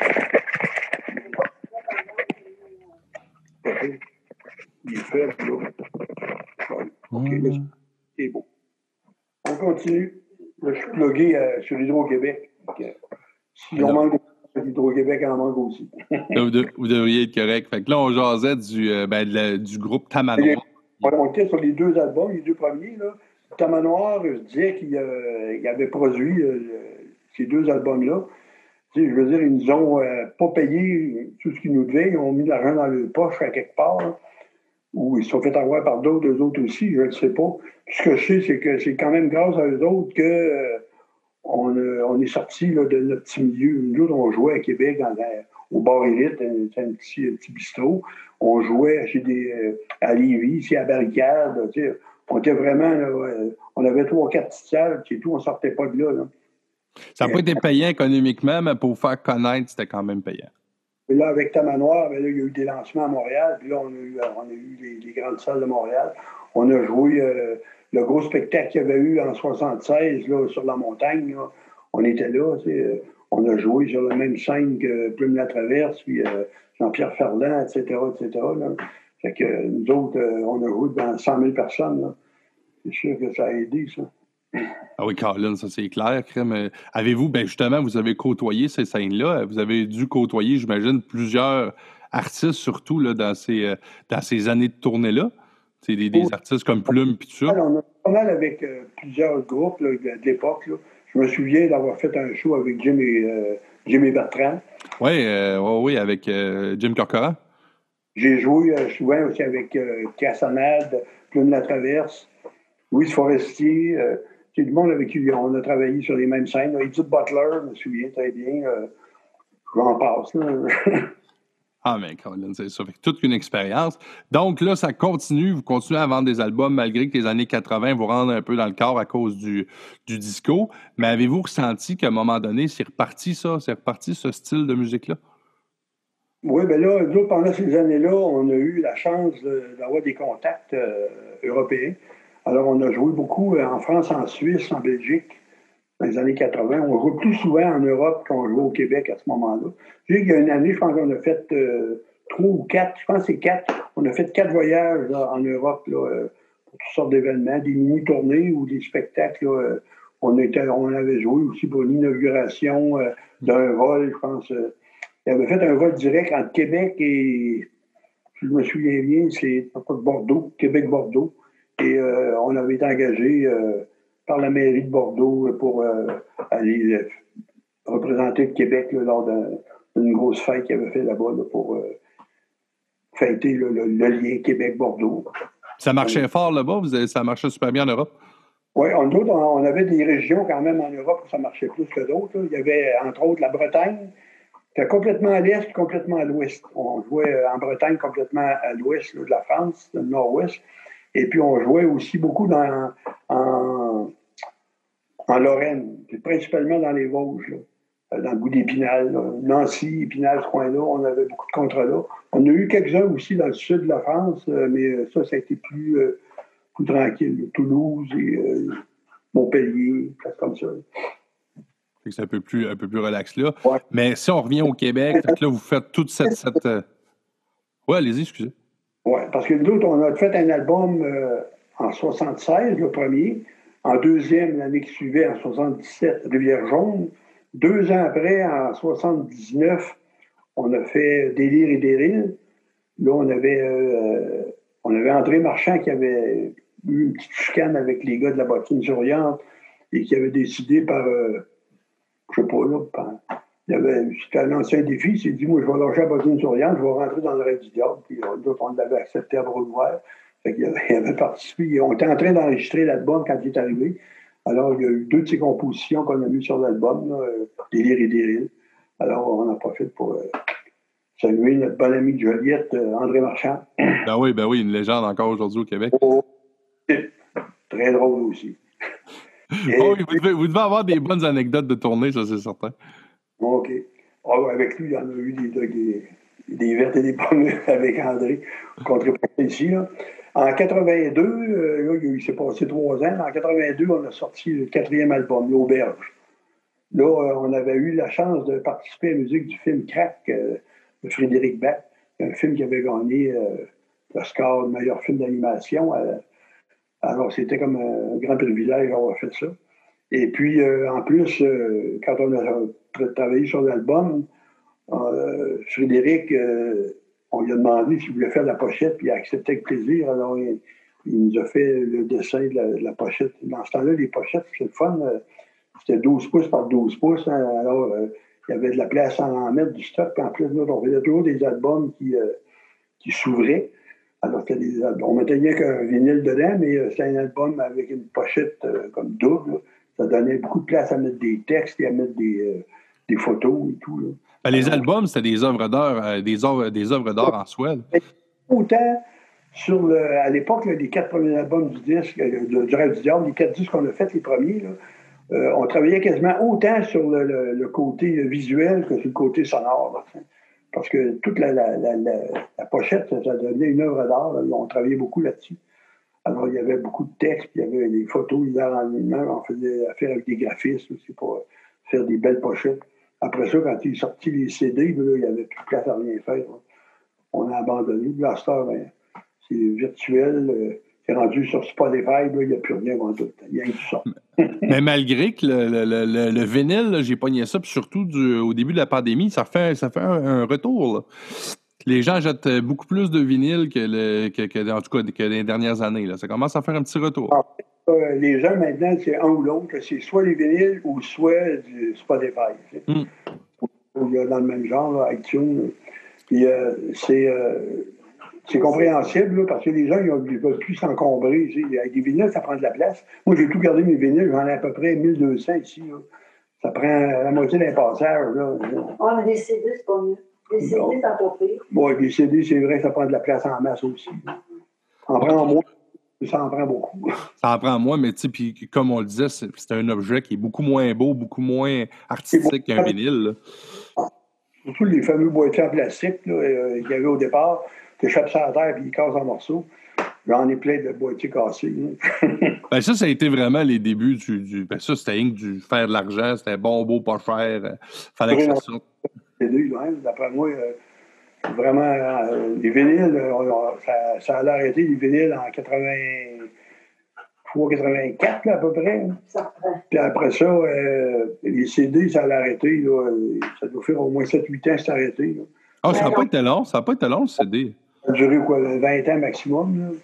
Il est faible, là. OK, là, c'est beau. On continue. Là, je suis plugué sur l'Hydro-Québec. Si on manque d'Hydro-Québec, on en manque aussi. Là, vous devriez être correct. Fait que là, on jasait du groupe Tamanoir. On était sur les deux albums, les deux premiers. Là. Tamanoir, je disais qu'il avait produit ces deux albums-là. Tu sais, je veux dire, ils nous ont pas payé tout ce qu'ils nous devaient. Ils ont mis de l'argent dans leur poche à quelque part. Là, ou ils se sont fait avoir par d'autres, eux autres aussi, je ne sais pas. Tout ce que je sais, c'est que c'est quand même grâce à eux autres que on est sorti de notre petit milieu. Nous autres, on jouait à Québec au Bar Élite, un petit bistrot. On jouait à Lévis, ici à Barricade. Tu sais, on était vraiment, là, on avait 3-4 petites salles, c'est tout, on sortait pas de là. Là. Ça n'a pas été payant économiquement, mais pour faire connaître, c'était quand même payant. Et là, avec Tamanoir, ben là, il y a eu des lancements à Montréal. Puis là, on a eu les grandes salles de Montréal. On a joué le gros spectacle qu'il y avait eu en 76 là, sur la montagne. Là. On était là. On a joué sur la même scène que Plume la Traverse, puis Jean-Pierre Ferland, etc., etc. Là. Fait que nous autres, on a joué devant 100 000 personnes. Là. C'est sûr que ça a aidé, ça. Ah oui, Colin, ça c'est clair. Avez-vous, justement, vous avez côtoyé ces scènes-là. Vous avez dû côtoyer, j'imagine, plusieurs artistes, surtout là, dans ces années de tournée-là. C'est des artistes comme Plume et tout ça. On a pas mal avec plusieurs groupes là, de l'époque. Là. Je me souviens d'avoir fait un show avec Jim et Bertrand. Oui, avec Jim Corcoran. J'ai joué souvent aussi avec Cassonade, Plume la Traverse, Louis Forestier. C'est du monde avec qui on a travaillé sur les mêmes scènes. Edith Butler, je me souviens très bien. J'en passe. Là. Ah, mais Colin, c'est ça. Fait que toute une expérience. Donc là, ça continue. Vous continuez à vendre des albums malgré que les années 80 vous rendent un peu dans le corps à cause du disco. Mais avez-vous ressenti qu'à un moment donné, c'est reparti ce style de musique-là? Oui, bien là, nous, pendant ces années-là, on a eu la chance d'avoir des contacts européens. Alors, on a joué beaucoup en France, en Suisse, en Belgique, dans les années 80. On joue plus souvent en Europe qu'on joue au Québec à ce moment-là. Je sais qu'il y a une année, je pense qu'on a fait 3 ou 4, je pense que c'est 4. On a fait 4 voyages là, en Europe là, pour toutes sortes d'événements, des mini-tournées ou des spectacles. Là, on avait joué aussi pour l'inauguration d'un vol, je pense. Il avait fait un vol direct entre Québec et, si je me souviens bien, c'est Bordeaux, Québec-Bordeaux. Et on avait été engagé par la mairie de Bordeaux pour aller représenter le Québec là, lors d'une grosse fête qu'il avait fait là-bas là, pour fêter le lien Québec-Bordeaux. Ça marchait fort là-bas? Ça marchait super bien en Europe? Oui, on avait des régions quand même en Europe où ça marchait plus que d'autres. Là. Il y avait, entre autres, la Bretagne. C'était complètement à l'est, complètement à l'ouest. On jouait en Bretagne complètement à l'ouest là, de la France, le nord-ouest. Et puis, on jouait aussi beaucoup en Lorraine, principalement dans les Vosges, là, dans le bout d'Épinal, là, Nancy, Épinal, ce coin-là. On avait beaucoup de contrats là. On a eu quelques-uns aussi dans le sud de la France, mais ça a été plus tranquille. Toulouse et Montpellier, place comme ça. C'est un peu plus relax là. Ouais. Mais si on revient au Québec, là, vous faites toute cette... Oui, allez-y, excusez. Oui, parce que nous autres, on a fait un album en 76, le premier. En deuxième, l'année qui suivait, en 77, Rivière-Jaune. 2 ans après, en 79, on a fait Délire et Déril. Là, on avait André Marchand qui avait eu une petite chicane avec les gars de la bottine souriante et qui avait décidé par... je sais pas, là, c'était un ancien défi. Il s'est dit, moi, je vais lâcher la bottine souriante, je vais rentrer dans le rêve du diable. Puis d'autres, on l'avait accepté à bras ouverts. Fait qu'il avait participé. On était en train d'enregistrer l'album quand il est arrivé. Alors, il y a eu 2 de ses compositions qu'on a mises sur l'album, là, Délire et Déril. Alors, on en profite pour saluer notre bon ami de Joliette, André Marchand. Ben oui, une légende encore aujourd'hui au Québec. Oh, très drôle aussi. Oh, oui, vous devez avoir des bonnes anecdotes de tournée, ça, c'est certain. OK. Oh, avec lui, il y en a eu des vertes et des pommes avec André, contrepartie ici. Là. En 82, là, il s'est passé 3 ans. En 82, on a sorti le 4e album, L'Auberge. Là, on avait eu la chance de participer à la musique du film Crack de Frédéric Bach, un film qui avait gagné le score de meilleur film d'animation. Alors, c'était comme un grand privilège d'avoir fait ça. Et puis, en plus, quand on a travaillé sur l'album, Frédéric, on lui a demandé s'il voulait faire la pochette, puis il a accepté avec plaisir. Alors, il nous a fait le dessin de la pochette. Dans ce temps-là, les pochettes, c'était le fun. C'était 12 pouces par 12 pouces. Hein. Alors, il y avait de la place à en mettre du stock. Puis en plus, nous, on faisait toujours des albums qui s'ouvraient. Alors, on mettait rien qu'un vinyle dedans, mais c'était un album avec une pochette comme double. Là. Ça donnait beaucoup de place à mettre des textes et à mettre des photos et tout. Là. Ben, les albums, c'était des œuvres d'art, des œuvres d'art en soi. Autant à l'époque, là, les 4 premiers albums du disque, du Rêve du Diable, les 4 disques qu'on a fait, les premiers, là, on travaillait quasiment autant sur le côté visuel que sur le côté sonore. Là, parce que toute la pochette, ça devenait une œuvre d'art. Là, on travaillait beaucoup là-dessus. Alors, il y avait beaucoup de textes, il y avait des photos, on faisait affaire avec des graphistes aussi pour faire des belles pochettes. Après ça, quand il est sorti les CD, là, il n'y avait plus de place à rien faire. Là. On a abandonné. Blaster, ben, c'est virtuel. C'est rendu sur Spotify, là, il n'y a plus rien avant tout. Il y a rien qui sort. Mais malgré que le vinyle, là, j'ai pogné ça, puis surtout au début de la pandémie, ça fait un retour. Là. Les gens jettent beaucoup plus de vinyle en tout cas que les dernières années. Là. Ça commence à faire un petit retour. Les gens, maintenant, c'est un ou l'autre. C'est soit les vinyles ou soit du Spotify. Il y a dans le même genre, là, iTunes. Puis, c'est compréhensible là, parce que les gens ils veulent plus s'encombrer. Avec des vinyles, ça prend de la place. Moi, j'ai tout gardé mes vinyles. J'en ai à peu près 1200 ici. Là. Ça prend la moitié d'un passage. Là. Mais des CD, c'est pas mieux. Des CD, ça pas pire. Oui, des CD, c'est vrai, ça prend de la place en masse aussi. En prend moins. Ça en prend beaucoup. Ça en prend moins, mais tu sais, puis comme on le disait, c'est un objet qui est beaucoup moins beau, beaucoup moins artistique qu'un vinyle. Là. Surtout les fameux boîtiers en plastique qu'il y avait au départ. Tu échappes ça à terre puis ils cassent en morceaux. J'en ai plein de boîtiers cassés. Ben ça a été vraiment les débuts ben ça, c'était rien que du faire de l'argent, c'était bon, beau, pas cher. Fallait que ça sorte. D'après moi, vraiment, les vinyles, ça allait arrêter les vinyles en 83-84 à peu près. Puis après ça, les CD, ça allait arrêter. Là, ça doit faire au moins 7-8 ans que c'est arrêté. Ah, ça n'a pas été long, le CD. Ça a duré 20 ans maximum. Là.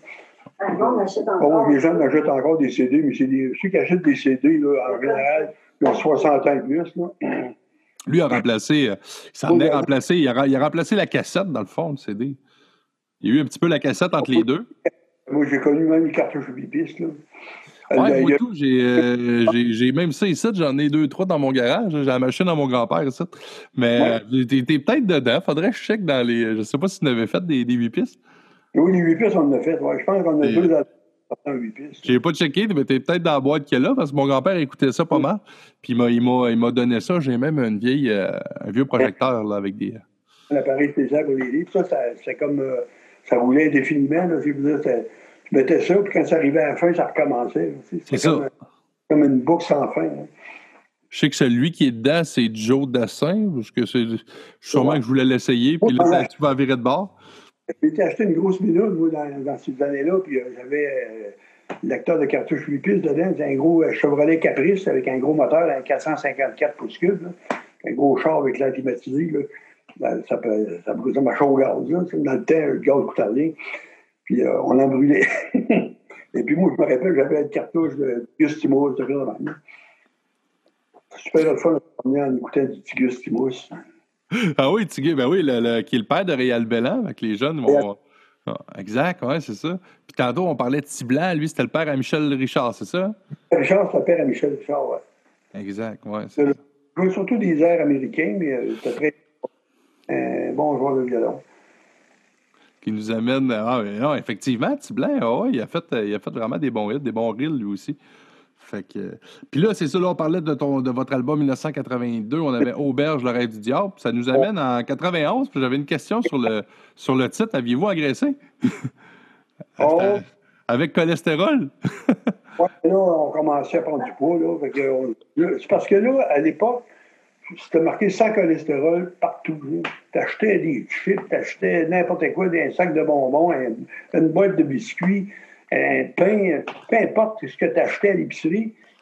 Les gens achètent encore des CD, mais c'est ceux qui achètent des CD, là, en général, ils ont 60 ans et plus. Là. Lui a remplacé, il a remplacé la cassette, dans le fond, le CD. Il y a eu un petit peu la cassette entre les deux. Moi, j'ai connu même les cartouches bipistes. Ouais, moi tout, j'ai même ça ici, j'en ai 2-3 dans mon garage, j'ai la machine à mon grand-père ici. Mais t'es peut-être dedans, faudrait que je check dans les... Je sais pas si tu avais fait des 8 pistes. Oui, les 8 pistes, on en a fait. Ouais, je pense qu'on a 2 dans 8 pistes. J'ai pas checké, mais t'es peut-être dans la boîte qu'il y a là, parce que mon grand-père écoutait ça pas mal. Puis il m'a donné ça. J'ai même un vieux projecteur là, avec des... Un appareil spécial pour les livres. Ça c'est comme... ça roulait indéfiniment. Là, je veux dire, tu mettais ça, puis quand ça arrivait à la fin, ça recommençait. C'est ça. Comme une boucle sans fin. Hein. Je sais que celui qui est dedans, c'est Joe Dassin, parce que c'est sûrement que je voulais l'essayer, puis là, tu vas virer de bord. J'ai acheté une grosse minute, moi, dans ces années-là, puis j'avais le lecteur de cartouche 8 pistes dedans. C'est un gros Chevrolet Caprice avec un gros moteur, un 454 pouces cubes, là, un gros char avec l'air climatisé. Là. Ça marchait au gaz. Là. Dans le temps, le gaz coûtait rien. Puis on en brûlait. Et puis moi, je me rappelle, j'avais une cartouche de Gustimous, de rien de même. Super le fun en écoutant du petit Gustimous. Ah oui, Tigui, ben oui, qui est le père de Réal Bellan, avec les jeunes. Exact, ouais, c'est ça. Puis tantôt, on parlait de Tiblan, lui, c'était le père à Michel Richard, c'est ça? Richard, c'est le père à Michel Richard, oui. Exact, ouais. Il jouait surtout des airs américains, mais c'était très bon joueur de violon. Qui nous amène... non, effectivement, Tiblan, il a fait vraiment des bons hits, des bons reels, lui aussi. Fait que... Puis là, c'est ça, là, on parlait de votre album 1982, on avait Auberge, le rêve du diable. Ça nous amène en 91, puis j'avais une question sur le titre. Aviez-vous engraissé? Avec cholestérol? Oui, là, on commençait à prendre du poids. Là, c'est parce que là, à l'époque, c'était marqué sans cholestérol partout. T'achetais des chips, t'achetais n'importe quoi, des sacs de bonbons, une boîte de biscuits, un pain, peu importe ce que t'achetais à l'épicerie,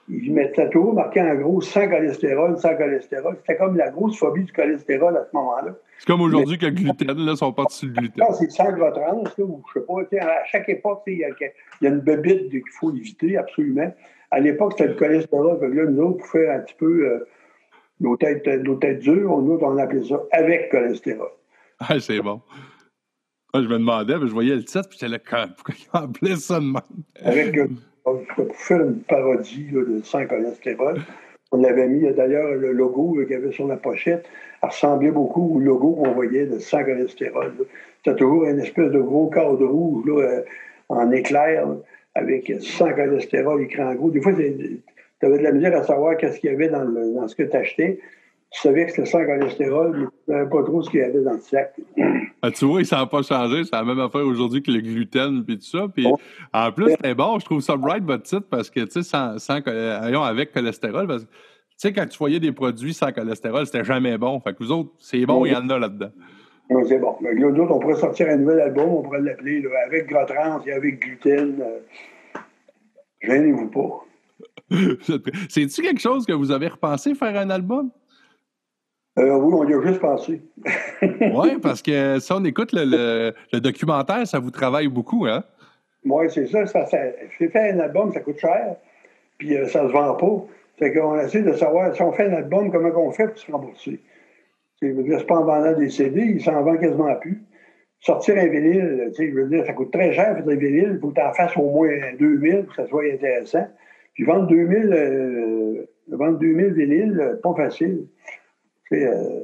ils mettaient toujours marqué en gros sans cholestérol, sans cholestérol. C'était comme la grosse phobie du cholestérol à ce moment-là. C'est comme aujourd'hui que le gluten, là, sont pas dessus le gluten. Non, c'est sans gras trans, là, ou je sais pas. À chaque époque, il y a une bébite qu'il faut éviter absolument. À l'époque, c'était le cholestérol. Là, nous autres, pour faire un petit peu nos têtes dures, nous autres, on appelait ça avec cholestérol. Ah, c'est bon. Moi, je me demandais, je voyais le titre, puis j'étais là, pourquoi ils appelaient ça de même? Avec, pour faire une parodie là, de sans cholestérol, on avait mis d'ailleurs le logo qu'il y avait sur la pochette. Elle ressemblait beaucoup au logo qu'on voyait de sans cholestérol. C'était toujours une espèce de gros cadre rouge là, en éclair, là, avec sans cholestérol écrit en gros. Des fois, tu avais de la misère à savoir qu'est-ce qu'il y avait dans ce que tu achetais. Tu savais que c'était sans cholestérol, mais tu ne savais pas trop ce qu'il y avait dans le sac. Ah, tu vois, ça n'a pas changé. C'est la même affaire aujourd'hui que le gluten et tout ça. Puis, en plus, c'est bon, je trouve ça bright, votre titre, parce que, tu sais, avec cholestérol, parce que, tu sais, quand tu voyais des produits sans cholestérol, c'était jamais bon. Fait que vous autres, c'est bon, il y en a là-dedans. Non, c'est bon. Mais là, nous autres, on pourrait sortir un nouvel album, on pourrait l'appeler là, avec gras trans et avec gluten. Gênez-vous pas. C'est-tu quelque chose que vous avez repensé faire un album? Oui, on y a juste pensé. Oui, parce que si on écoute le documentaire, ça vous travaille beaucoup, hein? Oui, c'est ça. J'ai fait un album, ça coûte cher, puis ça se vend pas. Fait qu'on essaie de savoir, si on fait un album, comment on fait pour se rembourser. C'est pas en vendant des CD, il s'en vend quasiment plus. Sortir un vinyle, je veux dire, ça coûte très cher faire des vinyles, il faut que tu en fasses au moins 2000 pour que ça soit intéressant. Puis vendre 2000 vinyles, pas facile. C'est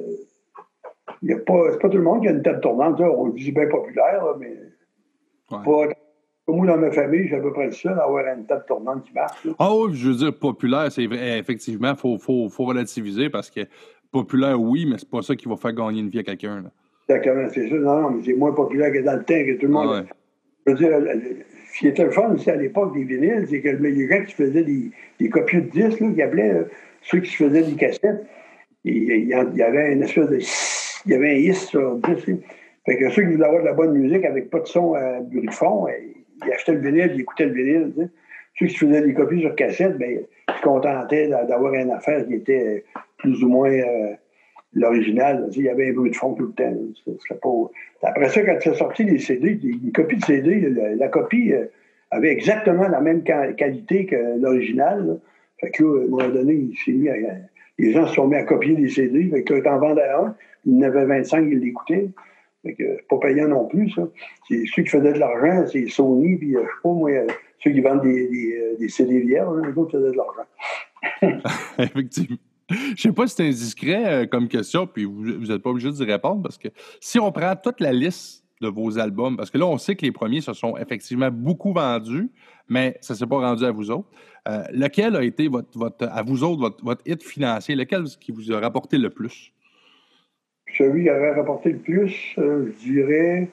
pas tout le monde qui a une table tournante. Là, on dit bien populaire, là, mais pas comme moi dans ma famille, j'ai à peu près le seul à avoir une table tournante qui marche. Ah oui, je veux dire, populaire, c'est vrai, effectivement, il faut relativiser parce que populaire, oui, mais c'est pas ça qui va faire gagner une vie à quelqu'un. Là. Exactement, c'est ça. Non, mais c'est moins populaire que dans le temps, que tout le monde. Ouais. Je veux dire, ce qui était le fun aussi à l'époque des vinyles, c'est que les gens qui faisaient des copies de disques, là, qui appelaient ceux qui se faisaient des cassettes, il y avait une espèce de. Il y avait un hiss sur le disque. Fait que ceux qui voulaient avoir de la bonne musique avec pas de son à bruit de fond, ils achetaient le vinyle, ils écoutaient le vinyle. T'sais. Ceux qui faisaient des copies sur cassette, ben, ils se contentaient d'avoir une affaire qui était plus ou moins l'original. Il y avait un bruit de fond tout le temps. C'était pas... Après ça, quand c'est sorti les CD, une copie de CD, la copie avait exactement la même qualité que l'original. Là. Fait que là, à un moment donné, il s'est mis les gens se sont mis à copier des CD. Fait que tu en vendais un, il y en avait 25 qui l'écoutaient. Fait que c'est pas payant non plus, ça. C'est ceux qui faisaient de l'argent, c'est Sony, puis je sais pas, moi, ceux qui vendent des CD vierges, les autres faisaient de l'argent. Effectivement. Je sais pas si c'est indiscret comme question, puis vous n'êtes pas obligé d'y répondre, parce que si on prend toute la liste de vos albums, parce que là, on sait que les premiers se sont effectivement beaucoup vendus, mais ça ne s'est pas rendu à vous autres. Lequel a été à vous autres, votre hit financier? Lequel qui vous a rapporté le plus? Celui qui avait rapporté le plus, je dirais...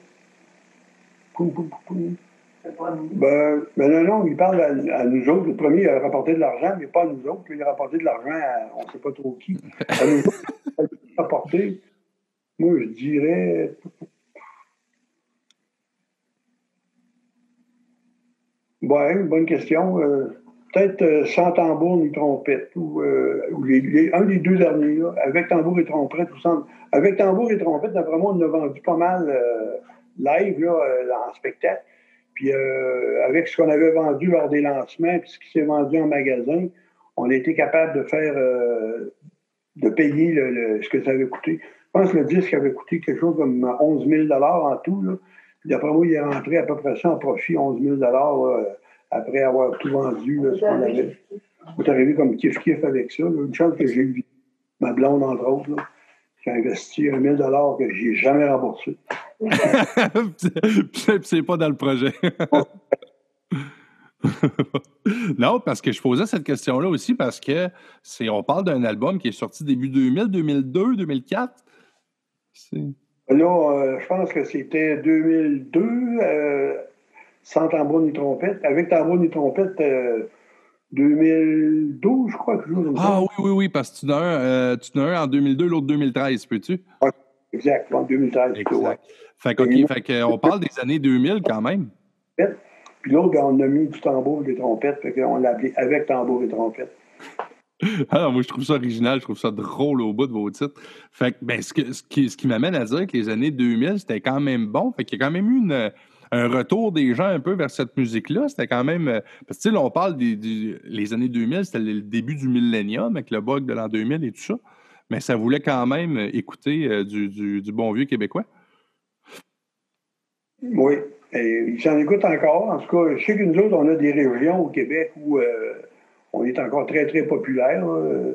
non, il parle à nous autres. Le premier, il a rapporté de l'argent, mais pas à nous autres. Il a rapporté de l'argent à on ne sait pas trop qui. À nous autres, il a rapporté, moi, je dirais... Oui, bonne question. Peut-être sans tambour ni trompette, ou un des deux derniers, là, avec tambour et trompette. Avec tambour et trompette, d'après moi, on a vendu pas mal live là, en spectacle. Puis avec ce qu'on avait vendu lors des lancements, puis ce qui s'est vendu en magasin, on a été capable de faire de payer ce que ça avait coûté. Je pense que le disque avait coûté quelque chose comme 11 000 en tout. Là. Puis d'après moi, il est rentré à peu près ça en profit, 11 000 après avoir tout vendu, là, ce qu'on avait. On est arrivé comme kiff-kiff avec ça. Là. Une chance que j'ai eu ma blonde, entre autres, là, qui a investi 1 000 que je n'ai jamais remboursé. C'est pas dans le projet. Non, parce que je posais cette question-là aussi parce que on parle d'un album qui est sorti début 2000, 2002, 2004. Là, je pense que c'était 2002, sans tambour ni trompette. Avec tambour ni trompette, 2012, je crois. Oui, parce que tu en as un en 2002, l'autre 2013, peux-tu? Oui, exact, en 2013. Exact. Ouais. Fait qu'on parle des années 2000 quand même. Puis l'autre, on a mis du tambour et des trompettes, fait qu'on l'a appelé avec tambour et trompette. Alors, moi, je trouve ça original, je trouve ça drôle au bout de vos titres. Fait que, ben, ce qui m'amène à dire que les années 2000, c'était quand même bon. Fait qu'il y a quand même eu un retour des gens un peu vers cette musique-là. C'était quand même. Parce que, tu sais, là, on parle les années 2000, c'était le début du millénium avec le bug de l'an 2000 et tout ça. Mais ça voulait quand même écouter du bon vieux québécois. Oui. Et ils s'en écoutent encore. En tout cas, je sais que nous autres, on a des régions au Québec où on est encore très, très populaire.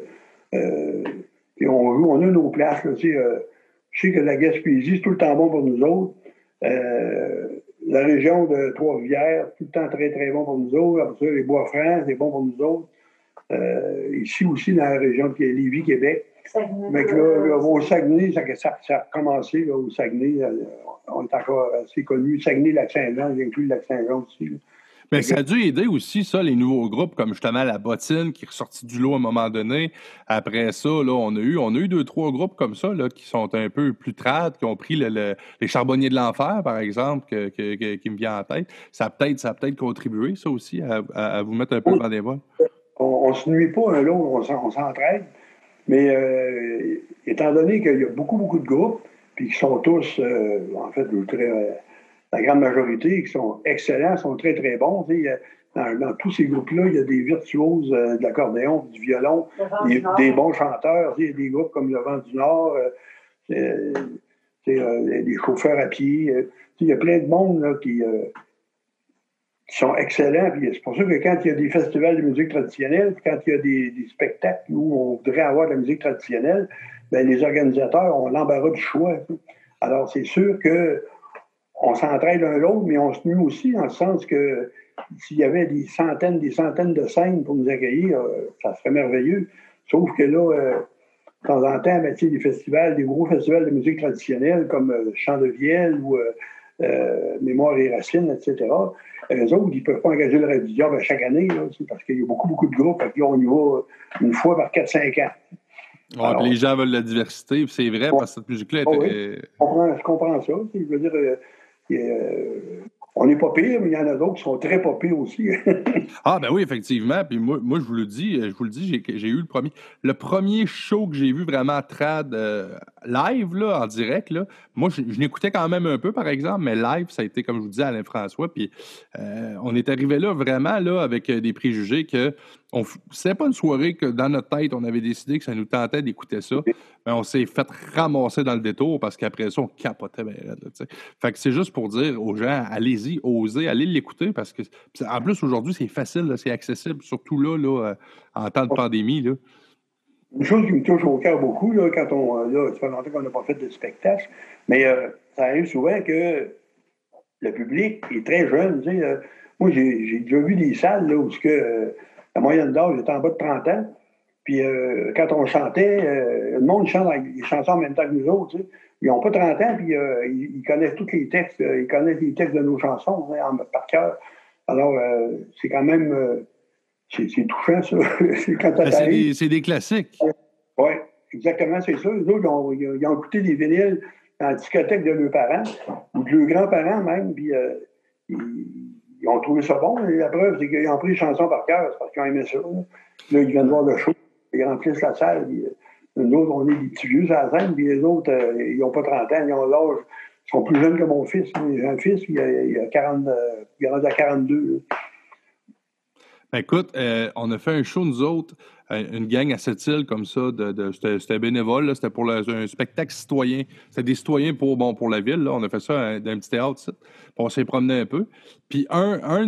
Puis on a nos places. Là, tu sais, je sais que la Gaspésie, c'est tout le temps bon pour nous autres. La région de Trois-Rivières, tout le temps très, très bon pour nous autres. Après ça, les Bois-Francs, c'est bon pour nous autres. Ici aussi, dans la région de Lévis, Québec. Donc là, au Saguenay, ça a recommencé là, au Saguenay. On est encore assez connu. Saguenay, Lac-Saint-Jean, j'inclus le Lac-Saint-Jean aussi. Là. Mais ça a dû aider aussi, ça, les nouveaux groupes, comme justement La Bottine, qui est ressorti du lot à un moment donné. Après ça, là, on a eu 2-3 groupes comme ça, là, qui sont un peu plus trad, qui ont pris les Charbonniers de l'Enfer, par exemple, qui me vient en tête. Ça a peut-être contribué, ça aussi, à vous mettre un peu dans des vols. On ne se nuit pas un l'autre, on s'entraide. Mais étant donné qu'il y a beaucoup, beaucoup de groupes, puis qui sont tous, en fait, la grande majorité, qui sont excellents, sont très, très bons. Dans tous ces groupes-là, il y a des virtuoses de l'accordéon, du violon, des bons chanteurs. Il y a des groupes comme Le Vent du Nord, des chauffeurs à pied. Il y a plein de monde là, qui sont excellents. Puis c'est pour ça que quand il y a des festivals de musique traditionnelle, quand il y a des spectacles où on voudrait avoir de la musique traditionnelle, bien, les organisateurs ont l'embarras du choix. Alors, c'est sûr qu'on s'entraide l'un l'autre, mais on se nuit aussi dans le sens que s'il y avait des centaines de scènes pour nous accueillir, ça serait merveilleux. Sauf que là, de temps en temps, ben, des gros festivals de musique traditionnelle comme Chant de Vielle ou Mémoire et Racines, etc., eux autres, ils ne peuvent pas engager le radio chaque année, là, parce qu'il y a beaucoup, beaucoup de groupes. Là, on y va une fois par 4-5 ans. Ouais, alors, les gens veulent la diversité, c'est vrai, parce que cette musique-là était... Je comprends ça. Je veux dire, on n'est pas pire, mais il y en a d'autres qui sont très pas pires aussi. Ah, ben oui, effectivement. Puis moi, je vous le dis, j'ai eu le premier show que j'ai vu vraiment trad live, là, en direct, là. Moi, je l'écoutais quand même un peu, par exemple, mais live, ça a été, comme je vous dis, Alain François. Puis on est arrivé là vraiment, là, avec des préjugés que c'était pas une soirée que, dans notre tête, on avait décidé que ça nous tentait d'écouter ça. Mais on s'est fait ramasser dans le détour parce qu'après ça, on capotait bien raide, là, fait que c'est juste pour dire aux gens, allez-y, osez, allez l'écouter parce que, en plus, aujourd'hui, c'est facile, là, c'est accessible, surtout là, en temps de pandémie. Là. Une chose qui me touche au cœur beaucoup, là, quand là, ça fait longtemps qu'on n'a pas fait de spectacle, mais ça arrive souvent que le public est très jeune. Moi, j'ai déjà vu des salles là, où la moyenne d'âge était en bas de 30 ans. Puis quand on chantait, le monde chante les chansons en même temps que nous autres. Ils n'ont pas 30 ans, puis ils connaissent tous les textes. Ils connaissent les textes de nos chansons par cœur. Alors, c'est quand même... c'est touchant, ça. C'est des classiques. Oui, exactement, c'est ça. Les autres, ils ont écouté des vinyles dans la discothèque de leurs parents, ou de leurs grands-parents même, puis ils ont trouvé ça bon. Et la preuve, c'est qu'ils ont pris les chansons par cœur, c'est parce qu'ils ont aimé ça. Là, ils viennent voir le show, ils remplissent la salle. Puis, nous autres, on est des petits vieux à la scène, puis les autres, ils n'ont pas 30 ans, ils ont l'âge. Ils sont plus jeunes que mon fils. J'ai un fils, il a 40, il est rendu à 42. Ben, écoute, on a fait un show, nous autres, une gang à Sept-Îles comme ça, c'était bénévole, là, c'était pour un spectacle citoyen. C'était des citoyens pour la ville. Là. On a fait ça dans un petit théâtre, ça. Puis on s'est promené un peu. Puis un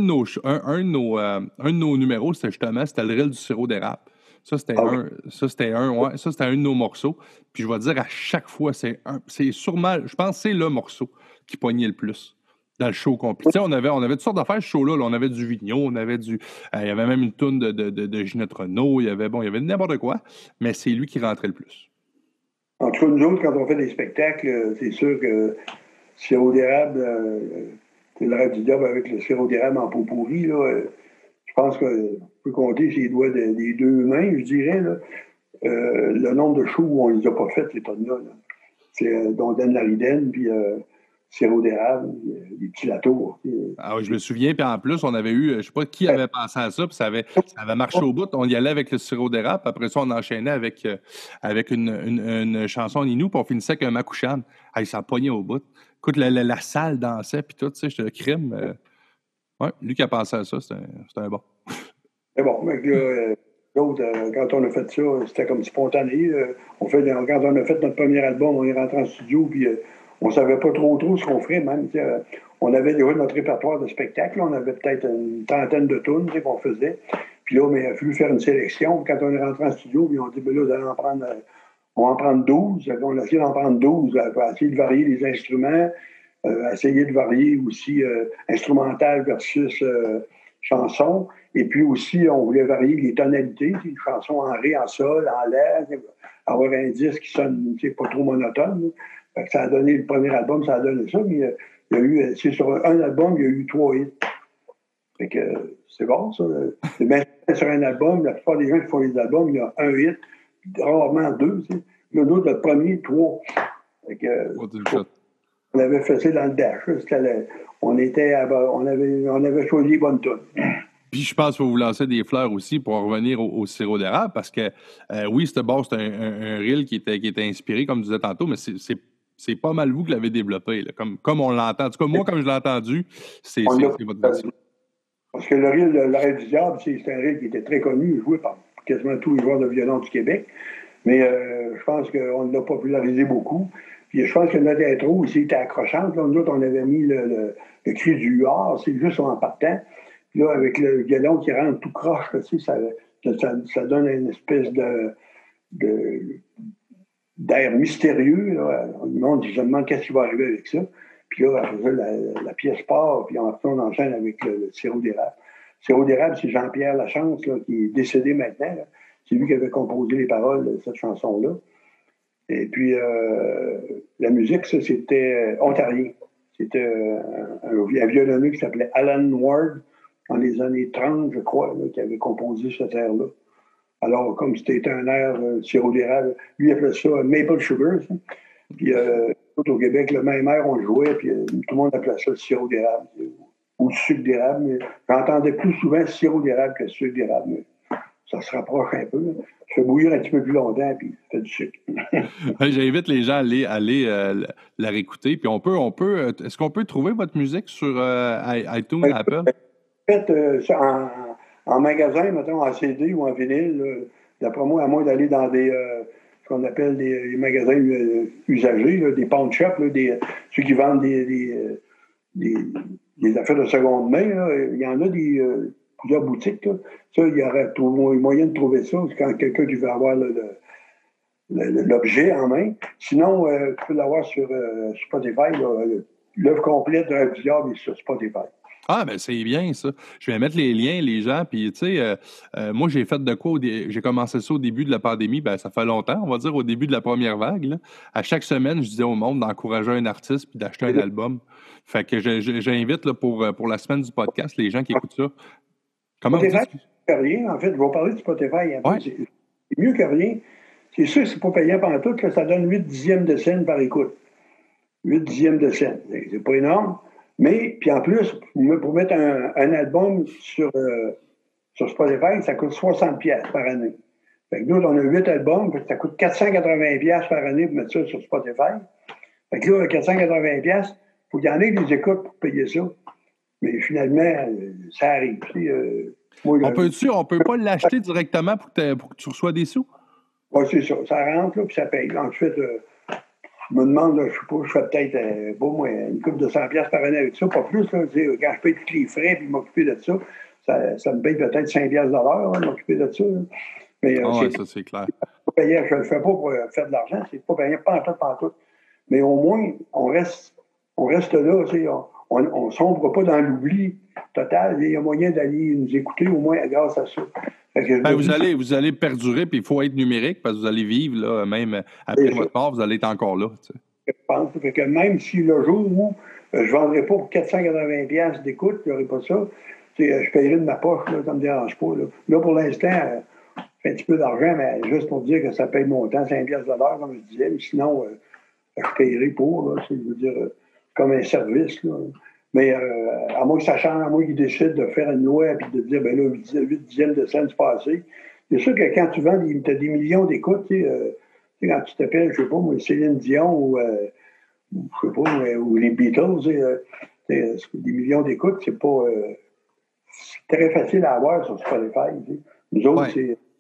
de nos numéros, c'était le reel du sirop d'érable. Ça, c'était un de nos morceaux. Puis je vais dire, à chaque fois, c'est sûrement, je pense que c'est le morceau qui poignait le plus dans le show complet. On avait toutes sortes d'affaires, ce show-là. Là. On avait du Vigneault, on avait il y avait même une toune de Ginette Renault, il y avait n'importe quoi, mais c'est lui qui rentrait le plus. En tout cas, nous autres, quand on fait des spectacles, c'est sûr que sirop d'érable, c'est le rêve du diable avec le sirop d'érable en pot pourri, là, je pense qu'on peut compter sur les doigts des deux mains, je dirais, là, le nombre de shows où on ne les a pas faites, les tonnes-là. C'est dont Dan Lariden, puis sirop d'érable, des petits latours. Ah oui, je me souviens, puis en plus, on avait eu, je sais pas qui avait pensé à ça, puis ça avait marché au bout. On y allait avec le sirop d'érable, puis après ça, on enchaînait avec une chanson Ninou, puis on finissait avec un Makouchan. Hey, ça a pogné au bout. Écoute, la salle dansait, puis tout, tu sais, j'étais le crime. Ouais, lui qui a pensé à ça, c'était un bon. Mais bon, mais là, l'autre, quand on a fait ça, c'était comme spontané. Quand on a fait notre premier album, on est rentré en studio, puis on savait pas trop ce qu'on ferait, même. On avait déjà notre répertoire de spectacle. On avait peut-être une trentaine de tunes qu'on faisait. Puis là, mais il a fallu faire une sélection. Quand on est rentré en studio, puis on dit, ben là, on va en prendre 12. On a essayé d'en prendre 12 pour essayer de varier les instruments, essayer de varier aussi instrumental versus chanson. Et puis aussi, on voulait varier les tonalités, une chanson en ré, en sol, en l'air, avoir un disque qui sonne pas trop monotone. Fait que ça a donné le premier album, ça a donné ça, mais il y a eu, c'est sur un album, il y a eu 3 hits. Fait que c'est bon, ça. C'est bien sur un album, la plupart des gens qui font les albums, il y a un hit, rarement 2, tu sais. Mais nous, le premier, 3. Fait que, on avait fait ça dans le dash. On avait choisi les bonnes tunes. Puis je pense qu'il faut vous lancer des fleurs aussi pour en revenir au sirop d'érable, parce que oui, c'était bon, c'était un reel qui était inspiré, comme je disais tantôt, mais c'est pas mal vous qui l'avez développé, là, comme on l'entend. En tout cas, moi, comme je l'ai entendu, c'est votre version. Parce que le reel de l'Arrêt du Diable, c'est un reel qui était très connu, joué par quasiment tous les joueurs de violon du Québec. Mais je pense qu'on l'a popularisé beaucoup. Puis je pense que notre intro aussi était accrochante. Là, nous autres, on avait mis le cri du huard, c'est juste en partant. Puis là, avec le violon qui rentre tout croche, là, ça donne une espèce d'air mystérieux. Là. Le monde se demande qu'est-ce qui va arriver avec ça. Puis là, la pièce part, puis on enchaîne avec le sirop d'érable. Le sirop d'érable, c'est Jean-Pierre Lachance, là, qui est décédé maintenant. Là. C'est lui qui avait composé les paroles de cette chanson-là. Et puis, la musique, ça, c'était ontarien. C'était un violoneux qui s'appelait Alan Ward, dans les années 30, je crois, là, qui avait composé cette air-là. Alors, comme c'était un air sirop d'érable, lui il appelait ça Maple Sugar. Ça. Puis, au Québec, le même air, on le jouait, puis tout le monde appelait ça le sirop d'érable ou sucre d'érable. Mais j'entendais plus souvent sirop d'érable que sucre d'érable. Mais ça se rapproche un peu. Là. Je fais bouillir un petit peu plus longtemps, puis ça fait du sucre. J'invite les gens à aller la réécouter. Puis est-ce qu'on peut trouver votre musique sur iTunes, Apple? En fait, en magasin, mettons, en CD ou en vinyle, d'après moi, à moins d'aller dans des ce qu'on appelle des magasins usagers, là, des pawn shops, là, ceux qui vendent des affaires de seconde main, là, il y en a plusieurs boutiques. Là. Ça, il y aurait moyen de trouver ça quand quelqu'un qui veut avoir l'objet en main. Sinon, tu peux l'avoir sur Spotify. L'œuvre complète de Rêve du Diable est sur Spotify. Ah, ben c'est bien, ça. Je vais mettre les liens, les gens, puis tu sais, moi, j'ai fait de quoi? J'ai commencé ça au début de la pandémie, ben ça fait longtemps, on va dire, au début de la première vague. Là. À chaque semaine, je disais au monde d'encourager un artiste puis d'acheter un album. Fait que j'invite là, pour la semaine du podcast, les gens qui écoutent ça. Comment Spotify, c'est rien. En fait, je vais parler de Spotify. Ouais. C'est mieux que rien. C'est sûr que c'est pas payant pendant tout, que ça donne 8 dixièmes de scène par écoute. 8 dixièmes de scène. C'est pas énorme. Mais, puis en plus, pour mettre un album sur Spotify, ça coûte 60$ par année. Fait que nous, on a 8 albums, ça coûte 480$ par année pour mettre ça sur Spotify. Fait que là, 480$, il faut qu'il y en ait qui les écoutent pour payer ça. Mais finalement, ça arrive. On peut pas l'acheter directement pour que tu reçois des sous? Oui, c'est ça. Ça rentre, là, puis ça paye. Ensuite, je me demande, là, je sais pas, je fais peut-être une couple de 100$ par année avec ça, pas plus. Là, quand je paye tous les frais puis m'occuper de ça, ça me paye peut-être 5$ de l'heure, m'occuper de ça. Là. Mais ça, c'est clair. Je ne le fais pas pour faire de l'argent, c'est pas payant, pas en tout. Mais au moins, on reste là, on ne sombre pas dans l'oubli total. Il y a moyen d'aller nous écouter, au moins, grâce à ça. Vous allez perdurer, puis il faut être numérique, parce que vous allez vivre, là, même après votre mort, vous allez être encore là. Tu sais. Je pense. Fait que même si le jour où je ne vendrais pas pour 480$ d'écoute, il n'y aurait pas ça, je paierais de ma poche, là, ça ne me dérange pas. Là, pour l'instant, je fais un petit peu d'argent, mais juste pour dire que ça paye mon temps, 5$ de l'heure, comme je disais, mais sinon, je paierais pour. Là, je veux dire, comme un service. Là. Mais à moins que ça change, à moins qu'ils décident de faire une loi et de dire, ben là, 8 dixièmes de scène, c'est pas assez. C'est sûr que quand tu vends, tu as des millions d'écoutes, tu sais, quand tu t'appelles, je sais pas, moi, Céline Dion ou je sais pas, ou les Beatles, des millions d'écoutes, c'est très facile à avoir sur Spotify. Tu sais. Nous autres,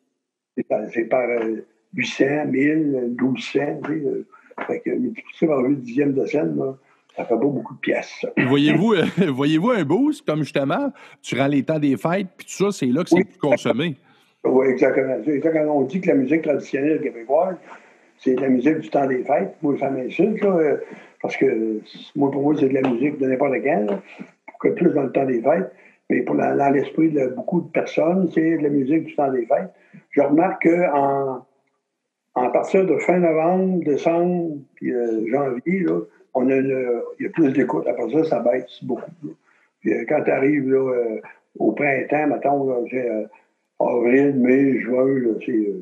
c'est par 800, 1000, 1200, tu sais. Fait que multiplié par 8 dixièmes de scène, là, ça fait pas beaucoup de pièces. Voyez-vous un boost, comme justement, durant les temps des fêtes, puis tout ça, c'est là que c'est plus consommé. Oui, exactement. C'est ça, quand on dit que la musique traditionnelle québécoise, c'est de la musique du temps des fêtes. Moi, ça m'insulte, là, parce que pour moi, c'est de la musique de n'importe quand, là, plus dans le temps des fêtes. Mais dans l'esprit de beaucoup de personnes, c'est de la musique du temps des fêtes. Je remarque qu'en partir de fin novembre, décembre, puis janvier, là, il y a plus d'écoute. Après ça baisse beaucoup. Là. Puis quand tu arrives au printemps, mettons, là, avril, mai, juin, là,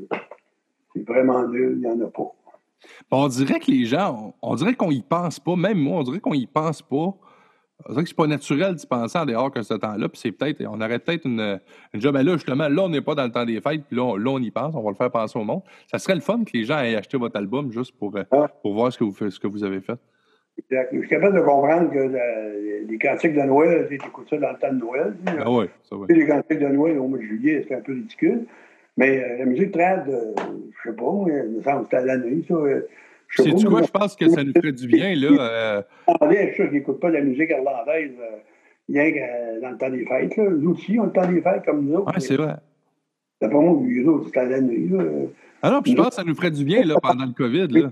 c'est vraiment nul, il n'y en a pas. On dirait que les gens, on dirait qu'on y pense pas, même moi, on dirait qu'on y pense pas. On dirait que c'est pas naturel d'y penser en dehors que ce temps-là, puis on aurait peut-être une job. Ben là, justement, là, on n'est pas dans le temps des fêtes, puis là, on y pense, on va le faire penser au monde. Ça serait le fun que les gens aient acheté votre album juste pour voir ce que vous avez fait. Exact. Je suis capable de comprendre que les cantiques de Noël, tu écoutes ça dans le temps de Noël. Ah oui, ça va. Les cantiques de Noël au mois de juillet, c'est un peu ridicule. Mais la musique trad, je sais pas, moi, il me semble que c'est à l'année, ça. Sais-tu quoi? Je pense que ça nous ferait du bien, là. Je suis sûr qu'ils n'écoutent pas de la musique irlandaise rien que dans le temps des fêtes. Là. Nous aussi, on a le temps des fêtes comme nous autres. Oui, c'est vrai. C'est pas moi, les autres, c'est à l'année. Ah non, puis je pense que ça nous ferait du bien, là, pendant le COVID, là.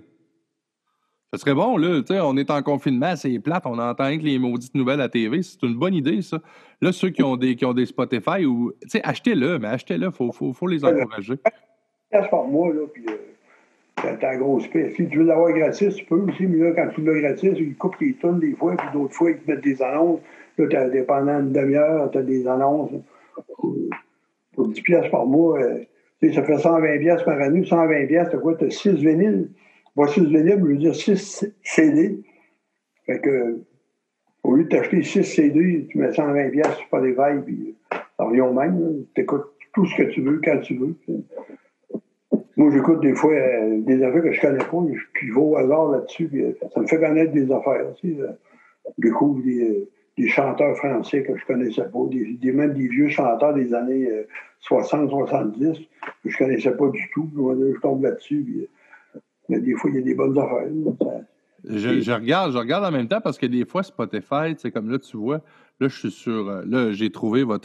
Ça serait bon, là, tu sais, on est en confinement, c'est plate, on entend que les maudites nouvelles à la TV, c'est une bonne idée, ça. Là, ceux qui ont des Spotify, ou, tu sais, achetez-le, faut les encourager. Casse par mois, là, puis t'as un gros paix. Si tu veux l'avoir gratis, tu peux aussi, mais là, quand tu l'as gratis, ils coupent les tonnes des fois, puis d'autres fois, ils te mettent des annonces. Là, pendant une demi-heure, t'as des annonces pour 10 piastres par mois. Ça fait 120 piastres par année, 120 piastres, t'as quoi? T'as 6 vinyles. Pas 6 vinyles, je veux dire 6 CD. Fait que, au lieu de t'acheter 6 CD, tu mets 120 piastres sur Spotify, puis ça revient au même. T'écoutes tout ce que tu veux, quand tu veux. Moi, j'écoute des fois des affaires que je connais pas, puis je vais au hasard là-dessus, puis ça me fait connaître des affaires. Tu sais, je découvre des chanteurs français que je connaissais pas, même des vieux chanteurs des années 60-70 que je connaissais pas du tout. Moi, là, je tombe là-dessus, puis, mais des fois, il y a des bonnes affaires. Je regarde en même temps parce que des fois, Spotify, c'est comme là, tu vois, là, je suis sur. Là, j'ai trouvé vos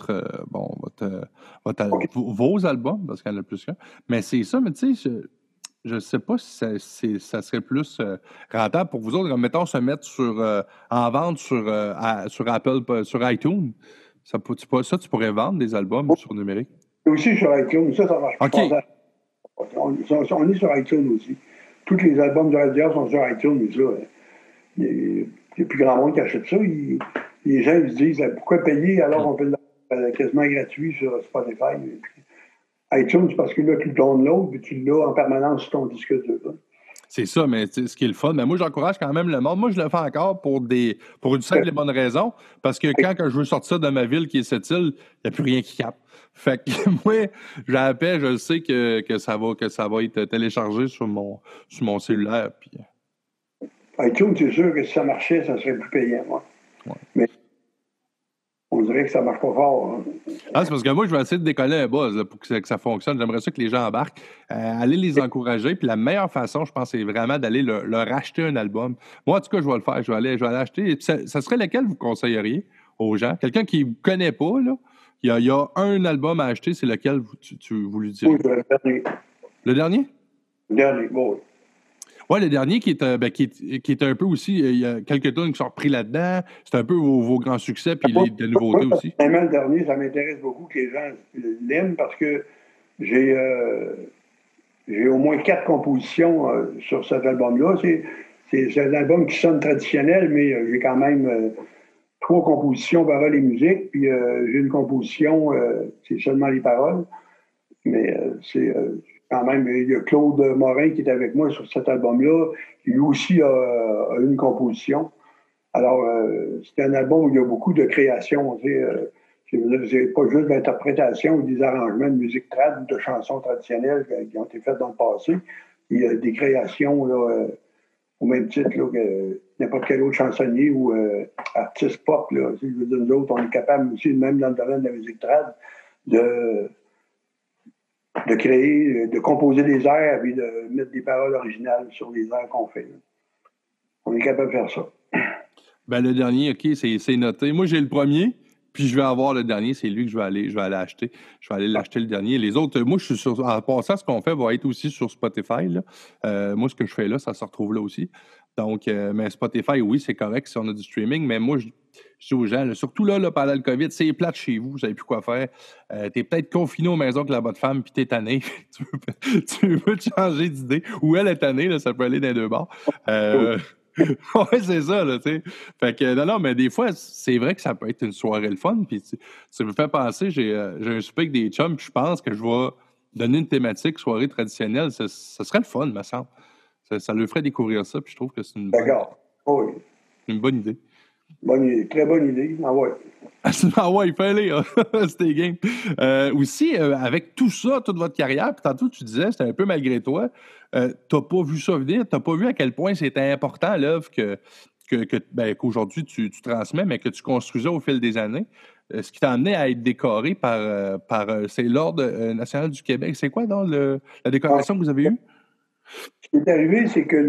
albums, parce qu'il y en a plus qu'un. Mais c'est ça, mais tu sais, je ne sais pas si ça serait plus rentable pour vous autres, comme mettons, se mettre en vente sur Apple, sur iTunes. Ça, tu pourrais vendre des albums sur numérique. Aussi sur iTunes, ça marche pas. OK. On est sur iTunes aussi. Tous les albums de Radio sont sur iTunes, mais ça, il y a plus grand monde qui achète ça. Les gens ils se disent pourquoi payer alors qu'on peut le quasiment gratuit sur Spotify. Puis, iTunes, c'est parce que là, tu le downloads et tu l'as en permanence sur ton disque dur. Hein. C'est ça, mais ce qui est le fun. Mais moi, j'encourage quand même le monde. Moi, je le fais encore pour une simple et bonne raison. Parce que quand je veux sortir de ma ville qui est cette île, il n'y a plus rien qui capte. Fait que moi, j'appelle, je sais que ça va être téléchargé sur mon cellulaire. Puis... iTunes, c'est sûr que si ça marchait, ça serait plus payant, moi. Ouais. Mais on dirait que ça marche pas fort. Hein. Ah, c'est parce que moi, je vais essayer de décoller un buzz là, pour que ça fonctionne. J'aimerais ça que les gens embarquent. Aller les encourager. Puis la meilleure façon, je pense, c'est vraiment d'aller leur acheter un album. Moi, en tout cas, je vais le faire. Je vais aller acheter. Ça serait lequel vous conseilleriez aux gens? Quelqu'un qui ne connaît pas, là. Il y a un album à acheter, c'est lequel vous lui direz? Oui, le dernier. Le dernier? Le dernier, bon. Oui, le dernier qui est un peu aussi, il y a quelques tunes qui sont repris là-dedans. C'est un peu vos grands succès puis de nouveautés aussi. Le dernier, ça m'intéresse beaucoup que les gens l'aiment parce que j'ai au moins 4 compositions sur cet album-là. C'est un album qui sonne traditionnel, mais j'ai quand même 3 compositions, paroles et musique. Puis j'ai une composition, c'est seulement les paroles. Mais c'est quand même, il y a Claude Morin qui est avec moi sur cet album-là, qui lui aussi a une composition. Alors, c'est un album où il y a beaucoup de création. C'est pas juste de l'interprétation ou des arrangements de musique trad ou de chansons traditionnelles qui ont été faites dans le passé. Il y a des créations là, au même titre là, que n'importe quel autre chansonnier ou artiste pop. Là. Nous autres, on est capable aussi, même dans le domaine de la musique trad, de créer, de composer des airs et de mettre des paroles originales sur les airs qu'on fait. Là. On est capable de faire ça. Ben, le dernier, OK, c'est noté. Moi, j'ai le premier, puis je vais avoir le dernier. C'est lui que je vais aller acheter. Je vais aller l'acheter le dernier. Les autres, moi, je suis sur. En passant, ce qu'on fait va être aussi sur Spotify. Là. Moi, ce que je fais là, ça se retrouve là aussi. Donc, mais Spotify, oui, c'est correct si on a du streaming, mais moi, je dis aux gens, là, surtout là, pendant le COVID, c'est plate chez vous, savez plus quoi faire. T'es peut-être confiné aux maisons avec la bonne femme, puis t'es tanné. tu veux te changer d'idée. Ou elle est tannée, là, ça peut aller dans les deux bords. Oui, c'est ça, là, tu sais. Fait que, non, mais des fois, c'est vrai que ça peut être une soirée le fun, puis ça me fait penser, j'ai un souper avec des chums, puis je pense que je vais donner une thématique soirée traditionnelle. Ça serait le fun, me semble. Ça leur ferait découvrir ça, puis je trouve que c'est une bonne idée. Bonne idée, très bonne idée. Ah ouais. Ah ouais, il fallait, hein. C'était game. Aussi, avec tout ça, toute votre carrière, puis tantôt tu disais, c'était un peu malgré toi, t'as pas vu ça venir, t'as pas vu à quel point c'était important l'œuvre qu'aujourd'hui tu transmets, mais que tu construisais au fil des années. Ce qui t'a amené à être décoré par c'est l'Ordre national du Québec. C'est quoi donc la décoration que vous avez eue? Ce qui est arrivé, c'est que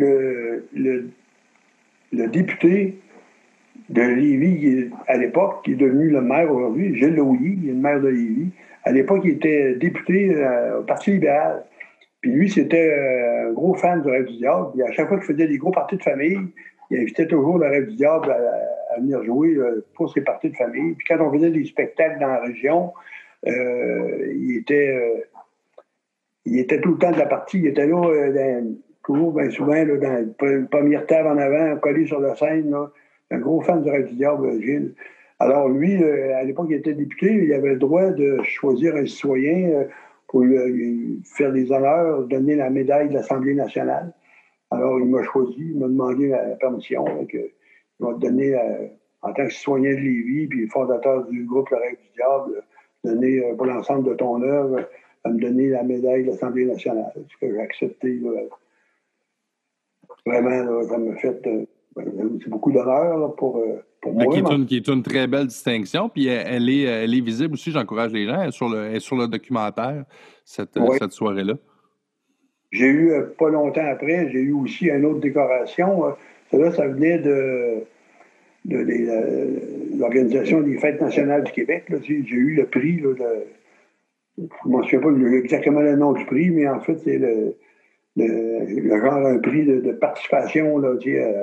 le député de Lévis, à l'époque, qui est devenu le maire aujourd'hui, Gilles Lauilly, il est le maire de Lévis. À l'époque, il était député au Parti libéral. Puis lui, c'était un gros fan du Rêve du Diable. Puis à chaque fois qu'il faisait des gros parties de famille, il invitait toujours le Rêve du Diable à venir jouer pour ses parties de famille. Puis quand on faisait des spectacles dans la région, il était tout le temps de la partie. Il était là, toujours bien souvent, là, dans une première table en avant, collé sur la scène. Là. Un gros fan du Rêve du Diable, Gilles. Alors lui, à l'époque, il était député, il avait le droit de choisir un citoyen pour lui faire des honneurs, donner la médaille de l'Assemblée nationale. Alors il m'a choisi, il m'a demandé la permission. Il m'a donné, en tant que citoyen de Lévis, puis fondateur du groupe Le Rêve du Diable, donner pour l'ensemble de ton œuvre, à me donner la médaille de l'Assemblée nationale. Ce que j'ai accepté. Là. Vraiment, là, ça m'a fait... c'est beaucoup d'honneur là, pour moi. Qui est une très belle distinction. Puis elle est visible aussi, j'encourage les gens. Elle est sur le documentaire, cette soirée-là. J'ai eu, pas longtemps après, j'ai eu aussi une autre décoration. Ça venait de l'Organisation des Fêtes nationales du Québec. Là. J'ai eu le prix, là, je ne me souviens pas exactement le nom du prix, mais en fait, c'est le genre un prix de participation là,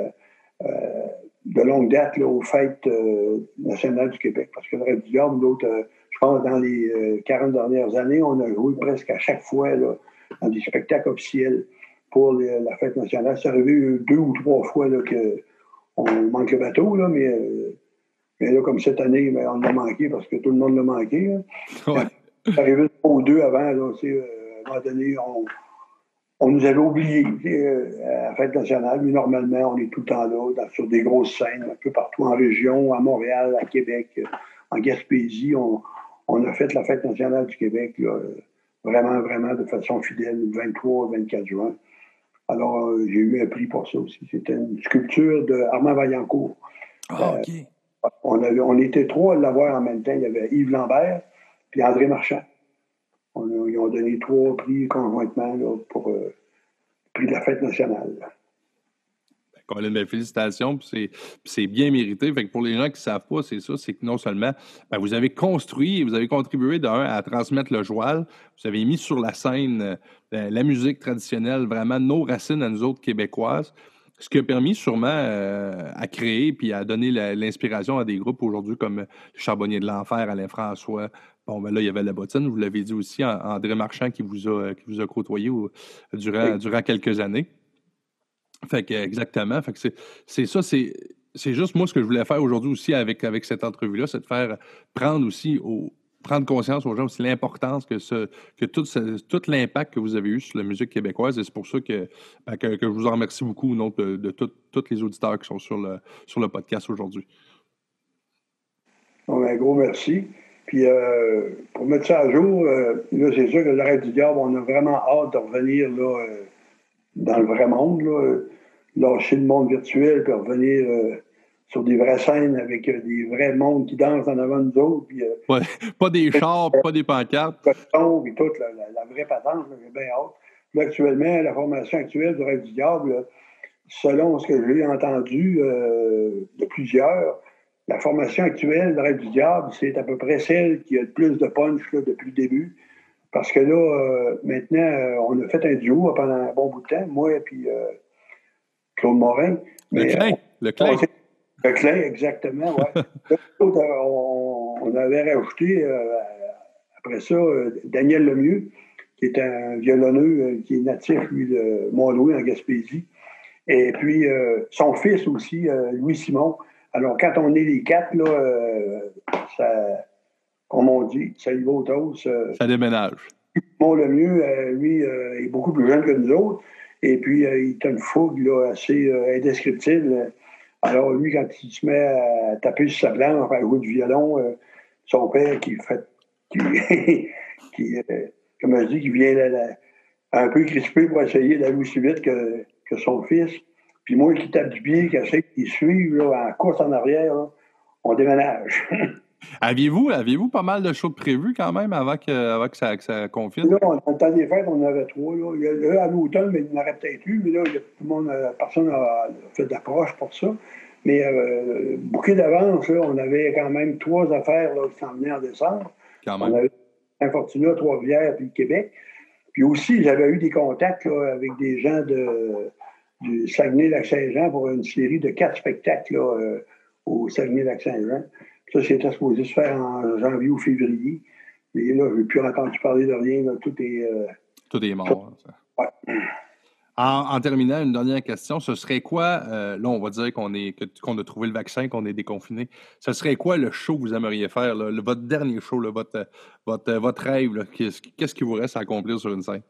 de longue date là, aux Fêtes nationales du Québec. Parce que le Rêve du Diable, je pense, dans les 40 dernières années, on a joué presque à chaque fois là, dans des spectacles officiels pour la Fête nationale. C'est arrivé 2 ou 3 fois là, qu'on manque le bateau, là, mais là, comme cette année, on l'a manqué parce que tout le monde l'a manqué. Ouais. C'est arrivé 1 ou 2 avant. Là, à un moment donné, on nous avait oubliés à la Fête nationale, mais normalement, on est tout le temps là, sur des grosses scènes, un peu partout en région, à Montréal, à Québec, en Gaspésie. On a fait la Fête nationale du Québec là, vraiment, vraiment de façon fidèle, le 23 et 24 juin. Alors, j'ai eu un prix pour ça aussi. C'était une sculpture de Armand Vaillancourt. Ah, OK. On était 3 à l'avoir en même temps. Il y avait Yves Lambert et André Marchand. Ils ont donné 3 prix conjointement là, pour le prix de la Fête nationale. Colin, félicitations, puis c'est bien mérité. Fait que pour les gens qui ne savent pas, c'est ça, c'est que non seulement vous avez construit, vous avez contribué à transmettre le joual, vous avez mis sur la scène la musique traditionnelle, vraiment nos racines à nous autres Québécoises, ce qui a permis sûrement à créer puis à donner l'inspiration à des groupes aujourd'hui comme le Charbonnier de l'Enfer, Alain François. Bon, ben là, il y avait la bottine, vous l'avez dit aussi, André Marchand qui vous a côtoyé durant quelques années. Fait que, exactement. Fait que c'est ça, c'est juste moi ce que je voulais faire aujourd'hui aussi avec cette entrevue-là, c'est de faire prendre aussi prendre conscience aux gens aussi l'importance que tout l'impact que vous avez eu sur la musique québécoise. Et c'est pour ça que je vous en remercie beaucoup au nom de tous les auditeurs qui sont sur le podcast aujourd'hui. Bon, un gros merci. Puis pour mettre ça à jour, là, c'est sûr que le Rêve du Diable, on a vraiment hâte de revenir là, dans le vrai monde, là, lâcher le monde virtuel, puis revenir sur des vraies scènes avec des vrais mondes qui dansent en avant de nous autres. Puis, pas des chars, pas des pancartes. Puis toute la vraie patente, là, j'ai bien hâte. Là, actuellement, la formation actuelle du Rêve du Diable, là, selon ce que j'ai entendu de plusieurs, la formation actuelle du Rêve du Diable, c'est à peu près celle qui a le plus de punch là, depuis le début. Parce que là, maintenant, on a fait un duo pendant un bon bout de temps, moi et puis Claude Morin. Le Klein, exactement, oui. On avait rajouté, après ça, Daniel Lemieux, qui est un violonneux qui est natif, lui, de Mont-Louis, en Gaspésie. Et puis, son fils aussi, Louis Simon. Alors, quand on est les quatre, là, ça, comme on dit, ça y va au toast. Ça déménage. Simon Lemieux, lui, est beaucoup plus jeune que nous autres. Et puis, il a une fougue là, assez indescriptible. Alors, lui, quand il se met à taper sur sa planche, à jouer du violon, son père comme je dis, qui vient un peu crispé pour essayer d'aller aussi vite que son fils. Puis moi qui tape du pied, qui essaie de suivre là, en course en arrière, là, on déménage. Aviez-vous pas mal de shows prévus quand même avant que ça confine? Là, dans le temps des fêtes, on en avait 3. Là, à l'automne, mais il y en aurait peut-être eu, mais là, tout le monde, personne n'a fait d'approche pour ça. Mais bouquet d'avance, là, on avait quand même 3 affaires là, qui s'en venaient en décembre. Quand même. On avait Saint-Fortuna, Trois-Rivières, puis le Québec. Puis aussi, j'avais eu des contacts là, avec des gens du Saguenay-Lac-Saint-Jean pour une série de 4 spectacles là, au Saguenay-Lac-Saint-Jean. Ça, c'était supposé se faire en janvier ou février. Mais là, je n'ai plus entendu parler de rien. Là. Tout est mort. Ouais. En terminant, une dernière question. Ce serait quoi, là, on va dire qu'on a trouvé le vaccin, qu'on est déconfiné. Ce serait quoi le show que vous aimeriez faire, là, votre dernier show, là, votre rêve? Là, qu'est-ce qui vous reste à accomplir sur une scène?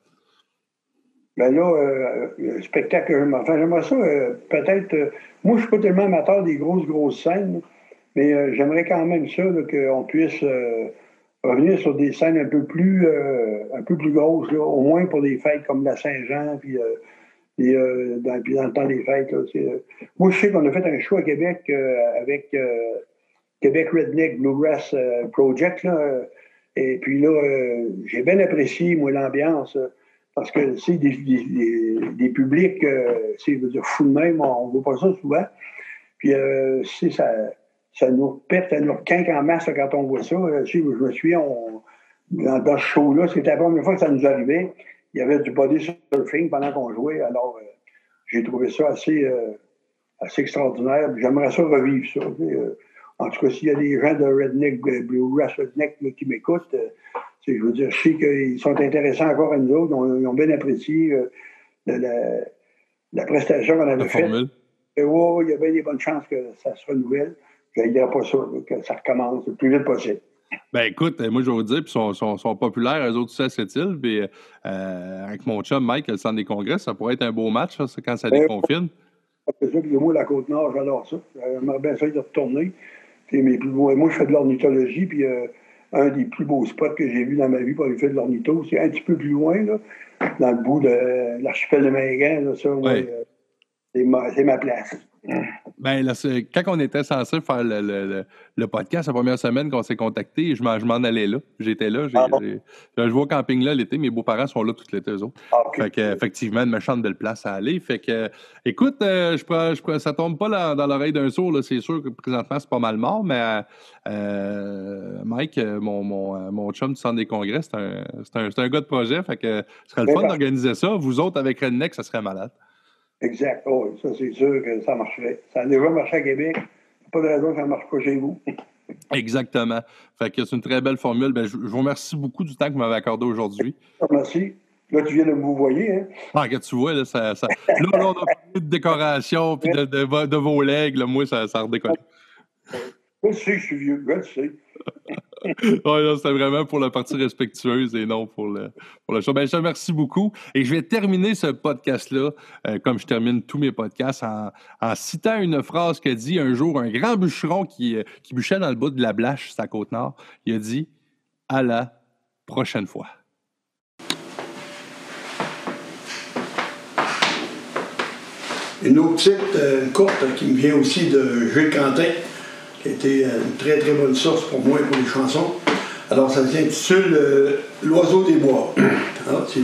Ben là, le spectacle que j'aimerais ça, peut-être. Moi, je ne suis pas tellement amateur des grosses scènes, mais j'aimerais quand même ça, là, qu'on puisse revenir sur des scènes un peu plus grosses, là, au moins pour des fêtes comme la Saint-Jean, puis dans le temps des fêtes. Là, moi, je sais qu'on a fait un show à Québec avec Québec Redneck Bluegrass Project, là, et puis là, j'ai bien apprécié, moi, l'ambiance. Parce que c'est des publics, c'est fou de même, on ne voit pas ça souvent. Puis ça nous pète, ça nous requinque en masse là, quand on voit ça. Je me souviens, dans ce show-là, c'était la première fois que ça nous arrivait. Il y avait du body surfing pendant qu'on jouait. Alors, j'ai trouvé ça assez extraordinaire. J'aimerais ça revivre ça. En tout cas, s'il y a des gens de Redneck, Bluegrass Redneck là, qui m'écoutent, je veux dire, je sais qu'ils sont intéressants encore à nous autres. Ils ont bien apprécié la prestation qu'on avait faite. Et il y a bien des bonnes chances que ça se renouvelle. Je ne dirais pas ça, que ça recommence le plus vite possible. Ben écoute, moi je vais vous dire, puis ils sont populaires, eux autres, ça, cette île. Puis avec mon chum Mike, le centre des congrès, ça pourrait être un beau match ça, quand ça déconfine. C'est ça, puis moi, la Côte-Nord, j'adore ça. J'aimerais bien ça de retourner. Moi, je fais de l'ornithologie, puis un des plus beaux spots que j'ai vu dans ma vie pour aller faire de l'ornitho, c'est un petit peu plus loin, là, dans le bout de l'archipel de Mingan. Là, ça, c'est ma place. Ben, là, quand on était censé faire le podcast, la première semaine qu'on s'est contacté, je m'en allais là. J'étais là. Je vais au camping là l'été. Mes beaux-parents sont là tout l'été, eux autres. Okay. Fait que, effectivement, une méchante belle place à aller. Fait que, écoute, ça tombe pas dans l'oreille d'un sourd. Là. C'est sûr que présentement, c'est pas mal mort, mais Mike, mon chum du centre des congrès, c'est un gars de projet. Fait que ce serait le fun d'organiser ça. Vous autres, avec Redneck, ça serait malade. Exact. Oh, ça, c'est sûr que ça marcherait. Ça a déjà marché à Québec. Il n'y a pas de raison que ça ne marche pas chez vous. Exactement. Fait que c'est une très belle formule. Ben, je vous remercie beaucoup du temps que vous m'avez accordé aujourd'hui. Merci. Là, tu viens de me voyer, hein? Ah, que tu vois, là, là, on a parlé de décoration puis de vos legs. Là, moi, ça redécolle. Je sais que je suis vieux. Je sais. non, c'était vraiment pour la partie respectueuse et non pour le show. Ben, je te remercie beaucoup. Et je vais terminer ce podcast-là, comme je termine tous mes podcasts, en citant une phrase qu'a dit un jour un grand bûcheron qui bûchait dans le bout de la Blache, c'est à Côte-Nord. Il a dit « À la prochaine fois ». Une autre petite, courte, qui me vient aussi de Gilles Quentin, qui a été une très très bonne source pour moi pour les chansons. Alors ça s'intitule L'oiseau des bois. Alors, c'est...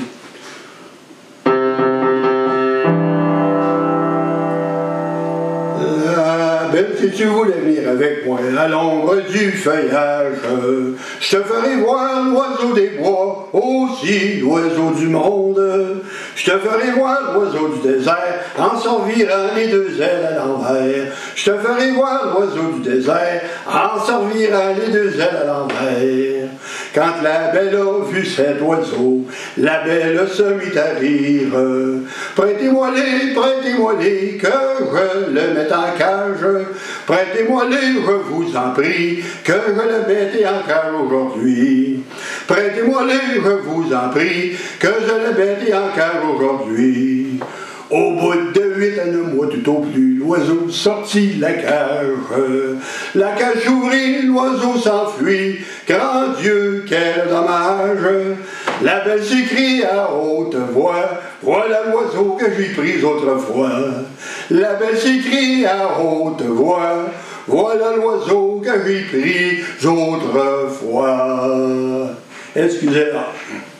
Belle, si tu voulais venir avec moi à l'ombre du feuillage, je te ferai voir l'oiseau des bois, aussi l'oiseau du monde. Je te ferai voir l'oiseau du désert, en s'envirant les deux ailes à l'envers. Je te ferai voir l'oiseau du désert, en s'envirant les deux ailes à l'envers. Quand la belle a vu cet oiseau, la belle se mit à rire. Prêtez-moi-les, que je le mette en cage. Prêtez-moi-les, je vous en prie, que je le mette en cage aujourd'hui. Prêtez-moi-les, je vous en prie, que je le mette en cage aujourd'hui. Au bout de 8 à 9 mois tout au plus, l'oiseau sortit de la cage. La cage s'ouvrit, l'oiseau s'enfuit. Grand Dieu, quel dommage! La belle s'écrie à haute voix, voilà l'oiseau que j'ai pris autrefois. La belle s'écrie à haute voix, voilà l'oiseau que j'ai pris autrefois. Excusez-moi.